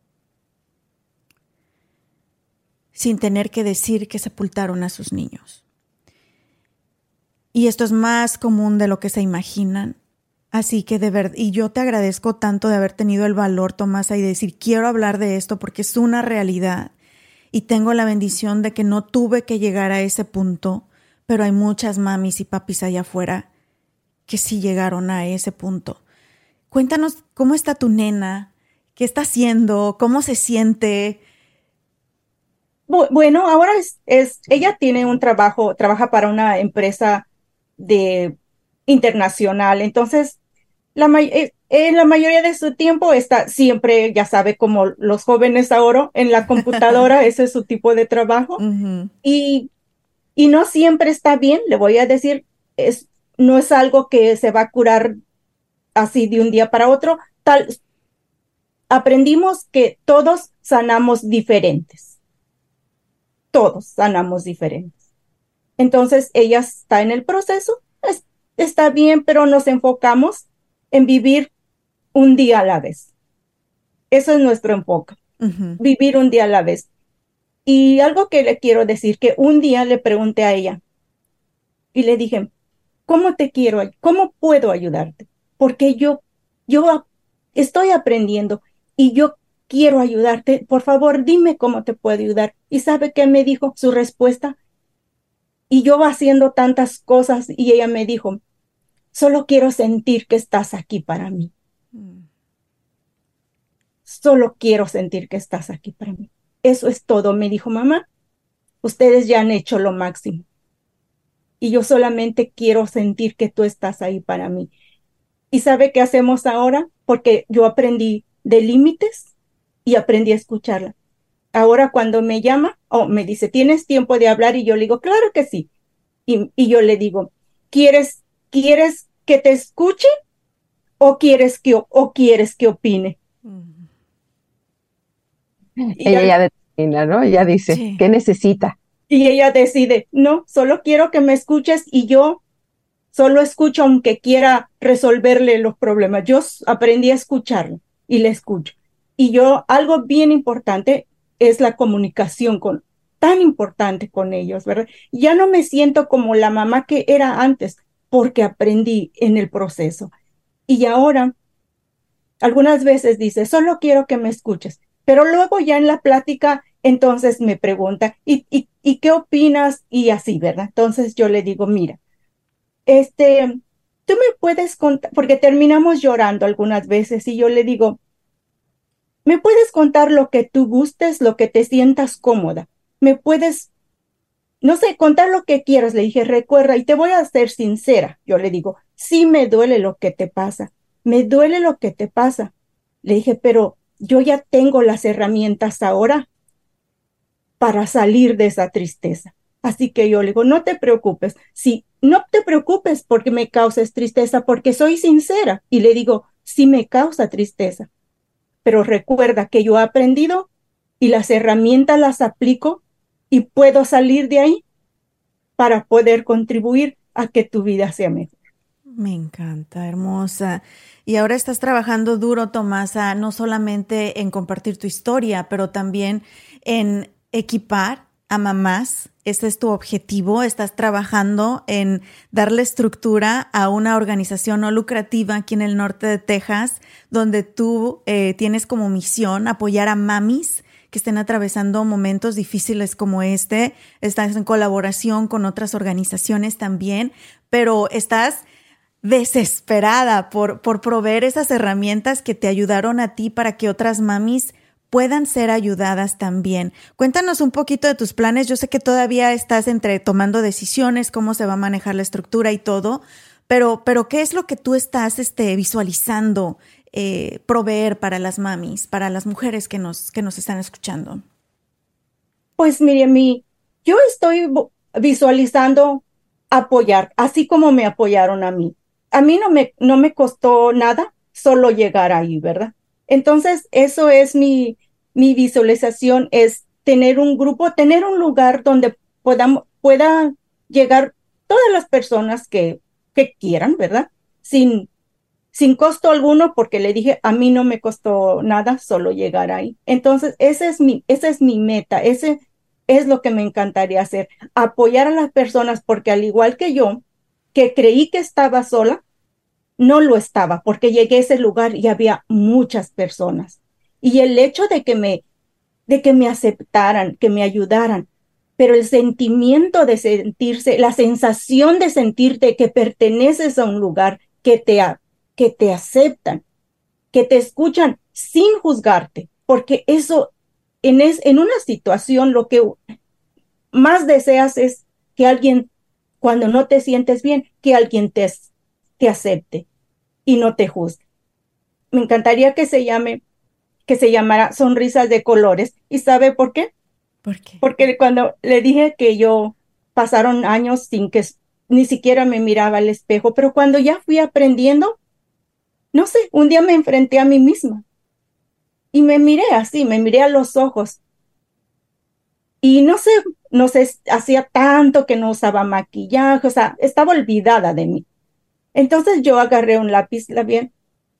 sin tener que decir que sepultaron a sus niños. Y esto es más común de lo que se imaginan. Así que de verdad, y yo te agradezco tanto de haber tenido el valor, Tomasa, y decir, quiero hablar de esto porque es una realidad. Y tengo la bendición de que no tuve que llegar a ese punto, pero hay muchas mamis y papis allá afuera que sí llegaron a ese punto. Cuéntanos cómo está tu nena, qué está haciendo, cómo se siente. Bu- Bueno, ahora es, es, ella tiene un trabajo, trabaja para una empresa de internacional, entonces la, may- eh, en la mayoría de su tiempo está siempre, ya sabe, como los jóvenes ahora, en la computadora, ese es su tipo de trabajo, Uh-huh. y, y no siempre está bien, le voy a decir, es, no es algo que se va a curar así de un día para otro, tal, aprendimos que todos sanamos diferentes, todos sanamos diferentes. Entonces, ella está en el proceso, es- está bien, pero nos enfocamos en vivir un día a la vez. Eso es nuestro enfoque, Uh-huh. vivir un día a la vez. Y algo que le quiero decir, que un día le pregunté a ella y le dije, ¿cómo te quiero, ay- cómo puedo ayudarte? Porque yo, yo a- estoy aprendiendo y yo quiero ayudarte. Por favor, dime cómo te puedo ayudar. ¿Y sabe qué me dijo su respuesta? Y yo haciendo tantas cosas y ella me dijo, solo quiero sentir que estás aquí para mí. Solo quiero sentir que estás aquí para mí. Eso es todo, me dijo mamá. Ustedes ya han hecho lo máximo. Y yo solamente quiero sentir que tú estás ahí para mí. ¿Y sabe qué hacemos ahora? Porque yo aprendí de límites y aprendí a escucharla. Ahora cuando me llama o me dice, ¿tienes tiempo de hablar? Y yo le digo, claro que sí. Y, y yo le digo, ¿quieres, ¿quieres que te escuche o quieres que, o quieres que opine? Y, Ella al- ya determina, ¿no? Ella dice, Sí. ¿qué necesita? y ella decide, no, solo quiero que me escuches y yo solo escucho aunque quiera resolverle los problemas. Yo s- aprendí a escucharlo y le escucho. Y yo, algo bien importante es la comunicación con, tan importante con ellos, ¿verdad? Ya no me siento como la mamá que era antes porque aprendí en el proceso. Y ahora, algunas veces dice, solo quiero que me escuches, pero luego ya en la plática, entonces me pregunta, ¿y, y, y qué opinas? Y así, ¿verdad? Entonces yo le digo, mira, este, tú me puedes contar, porque terminamos llorando algunas veces y yo le digo, me puedes contar lo que tú gustes, lo que te sientas cómoda, me puedes no sé, contar lo que quieras. Le dije, recuerda, y te voy a ser sincera. Yo le digo, sí me duele lo que te pasa, me duele lo que te pasa. Le dije, pero yo ya tengo las herramientas ahora para salir de esa tristeza. Así que yo le digo, no te preocupes, sí, no te preocupes porque me causes tristeza, porque soy sincera. Y le digo, sí me causa tristeza, pero recuerda que yo he aprendido y las herramientas las aplico y puedo salir de ahí para poder contribuir a que tu vida sea mejor. Me encanta, hermosa. Y ahora estás trabajando duro, Tomasa, no solamente en compartir tu historia, pero también en equipar a mamás. Este es tu objetivo. Estás trabajando en darle estructura a una organización no lucrativa aquí en el norte de Texas, donde tú eh, tienes como misión apoyar a mamis que estén atravesando momentos difíciles como este. Estás en colaboración con otras organizaciones también, pero estás desesperada por, por proveer esas herramientas que te ayudaron a ti para que otras mamis puedan ser ayudadas también. Cuéntanos un poquito de tus planes. Yo sé que todavía estás entre tomando decisiones, cómo se va a manejar la estructura y todo, pero, pero ¿qué es lo que tú estás este, visualizando eh, proveer para las mamis, para las mujeres que nos, que nos están escuchando? Pues mire, mi, yo estoy visualizando apoyar, así como me apoyaron a mí. A mí no me, no me costó nada solo llegar ahí, ¿verdad? Entonces, eso es mi, mi visualización, es tener un grupo, tener un lugar donde podamos, pueda llegar todas las personas que, que quieran, ¿verdad? Sin, sin costo alguno, porque le dije, a mí no me costó nada solo llegar ahí. Entonces, ese es mi, esa es mi meta, ese es lo que me encantaría hacer, apoyar a las personas, porque al igual que yo, que creí que estaba sola, no lo estaba, porque llegué a ese lugar y había muchas personas. Y el hecho de que me, de que me aceptaran, que me ayudaran, pero el sentimiento de sentirse, la sensación de sentirte que perteneces a un lugar, que te, que te aceptan, que te escuchan sin juzgarte, porque eso, en, es, en una situación, lo que más deseas es que alguien, cuando no te sientes bien, que alguien te, te acepte y no te juzgue. Me encantaría que se llame, que se llamara Sonrisas de Colores. ¿Y sabe por qué? ¿Por qué? Porque cuando le dije que yo pasaron años sin que ni siquiera me miraba al espejo, pero cuando ya fui aprendiendo, no sé, un día me enfrenté a mí misma y me miré así, me miré a los ojos. Y no sé, no sé, hacía tanto que no usaba maquillaje, o sea, estaba olvidada de mí. Entonces yo agarré un lápiz labial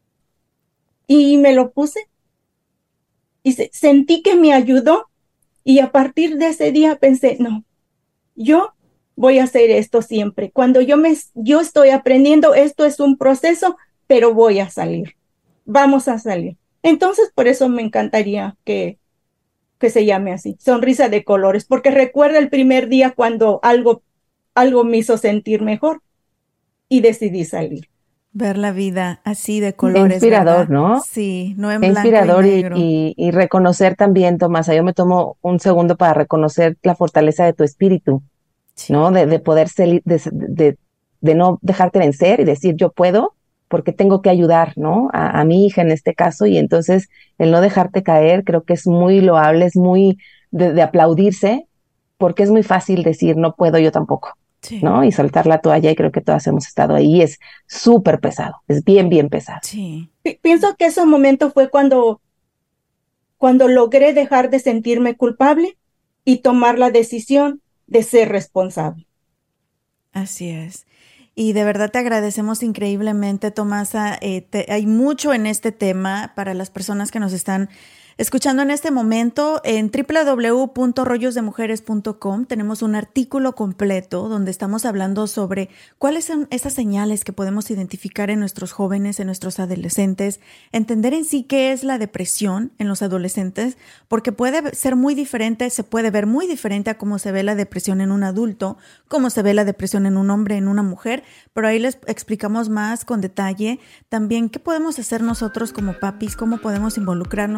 y me lo puse y se, sentí que me ayudó, y a partir de ese día pensé, no, yo voy a hacer esto siempre. Cuando yo me, yo estoy aprendiendo, esto es un proceso, pero voy a salir. Vamos a salir. Entonces, por eso me encantaría que, que se llame así, Sonrisa de Colores, porque recuerda el primer día cuando algo, algo me hizo sentir mejor y decidí salir. Ver la vida así de colores. Qué inspirador, ¿verdad? ¿no? Sí, no en Qué blanco inspirador y y, negro. y, y reconocer también, Tomasa, yo me tomo un segundo para reconocer la fortaleza de tu espíritu, Sí. ¿no? De, de poder ser, de, de, de no dejarte vencer y decir yo puedo porque tengo que ayudar, ¿no? A, a mi hija en este caso, y entonces el no dejarte caer creo que es muy loable, es muy de, de aplaudirse, porque es muy fácil decir no puedo yo tampoco. Sí. ¿No? Y soltar la toalla, y creo que todas hemos estado ahí, es súper pesado, es bien, bien pesado. Sí. P- pienso que ese momento fue cuando, cuando logré dejar de sentirme culpable y tomar la decisión de ser responsable. Así es. Y de verdad te agradecemos increíblemente, Tomasa. Eh, te, hay mucho en este tema para las personas que nos están escuchando en este momento. En doble u doble u doble u punto rollos de mujeres punto com tenemos un artículo completo donde estamos hablando sobre cuáles son esas señales que podemos identificar en nuestros jóvenes, en nuestros adolescentes, entender en sí qué es la depresión en los adolescentes, porque puede ser muy diferente, se puede ver muy diferente a cómo se ve la depresión en un adulto, cómo se ve la depresión en un hombre, en una mujer, pero ahí les explicamos más con detalle también qué podemos hacer nosotros como papis, cómo podemos involucrarnos, cómo podemos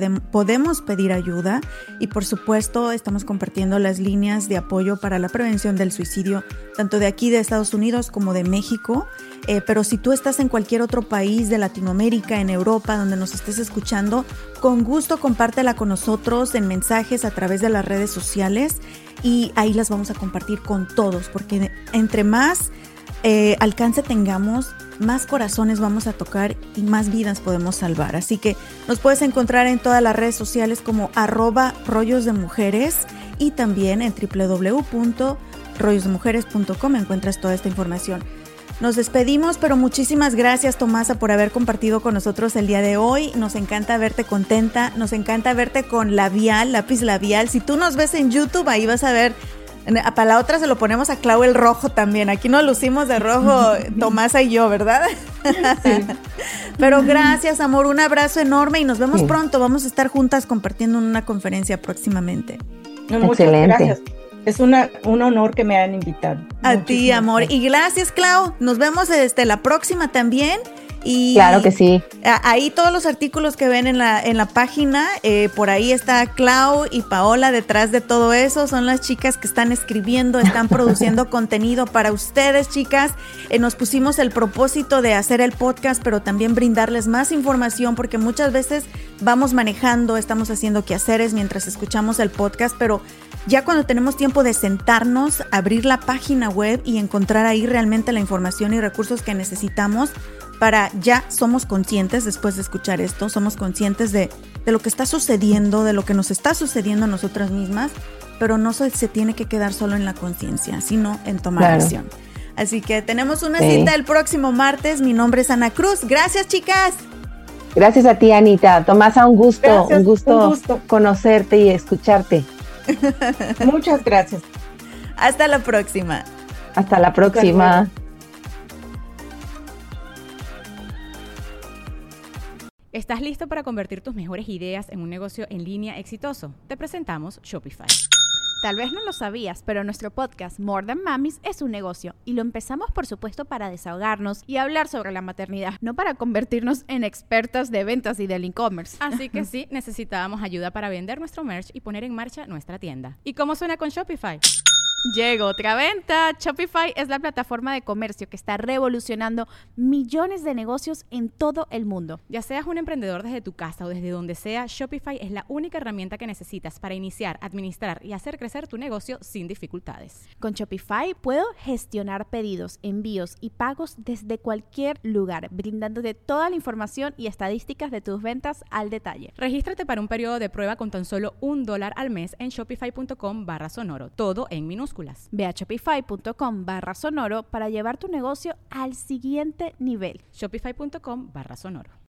podem- podemos pedir ayuda y por supuesto estamos compartiendo las líneas de apoyo para la prevención del suicidio, tanto de aquí de Estados Unidos como de México. Eh, pero si tú estás en cualquier otro país de Latinoamérica, en Europa, donde nos estés escuchando, con gusto compártela con nosotros en mensajes a través de las redes sociales y ahí las vamos a compartir con todos, porque entre más eh, alcance tengamos, más corazones vamos a tocar y más vidas podemos salvar. Así que nos puedes encontrar en todas las redes sociales como arroba rollos de mujeres y también en w w w punto rollos de mujeres punto com encuentras toda esta información. Nos despedimos, pero muchísimas gracias, Tomasa, por haber compartido con nosotros el día de hoy. Nos encanta verte contenta, nos encanta verte con labial, lápiz labial. Si tú nos ves en YouTube, ahí vas a ver, para la otra se lo ponemos a Clau el rojo también. Aquí nos lucimos de rojo, Tomasa y yo, ¿verdad? Sí. Pero gracias, amor, un abrazo enorme y nos vemos sí. pronto. Vamos a estar juntas compartiendo en una conferencia próximamente. Muchas Excelente. Gracias. Es una, un honor que me hayan invitado. A Muchísimas ti, amor. Gracias. Y gracias, Clau. Nos vemos este, la próxima también. Y claro que sí. Ahí todos los artículos que ven en la, en la página, eh, por ahí está Clau y Paola detrás de todo eso. Son las chicas que están escribiendo, están produciendo contenido para ustedes, chicas. Eh, nos pusimos el propósito de hacer el podcast, pero también brindarles más información, porque muchas veces vamos manejando, estamos haciendo quehaceres mientras escuchamos el podcast, pero ya cuando tenemos tiempo de sentarnos, abrir la página web y encontrar ahí realmente la información y recursos que necesitamos para ya somos conscientes, después de escuchar esto, somos conscientes de, de lo que está sucediendo, de lo que nos está sucediendo a nosotras mismas, pero no se, se tiene que quedar solo en la conciencia, sino en tomar claro. acción. Así que tenemos una sí. cita el próximo martes. Mi nombre es Ana Cruz. Gracias, chicas. Gracias a ti, Anita. Tomasa, un gusto, gracias, un gusto, un gusto conocerte y escucharte. Muchas gracias. Hasta la próxima. Hasta la próxima. ¿Estás listo para convertir tus mejores ideas en un negocio en línea exitoso? Te presentamos Shopify. Tal vez no lo sabías, pero nuestro podcast More Than Mamis es un negocio y lo empezamos por supuesto para desahogarnos y hablar sobre la maternidad, no para convertirnos en expertas de ventas y del e-commerce. Así que sí, necesitábamos ayuda para vender nuestro merch y poner en marcha nuestra tienda. ¿Y cómo suena con Shopify? Llegó otra venta. Shopify es la plataforma de comercio que está revolucionando millones de negocios en todo el mundo. Ya seas un emprendedor desde tu casa o desde donde sea, Shopify es la única herramienta que necesitas para iniciar, administrar y hacer crecer tu negocio sin dificultades. Con Shopify puedo gestionar pedidos, envíos y pagos desde cualquier lugar, brindándote toda la información y estadísticas de tus ventas al detalle. Regístrate para un periodo de prueba con tan solo un dólar al mes en shopify.com barra sonoro, todo en minúsculas. Ve a shopify.com barra sonoro para llevar tu negocio al siguiente nivel. Shopify.com barra sonoro.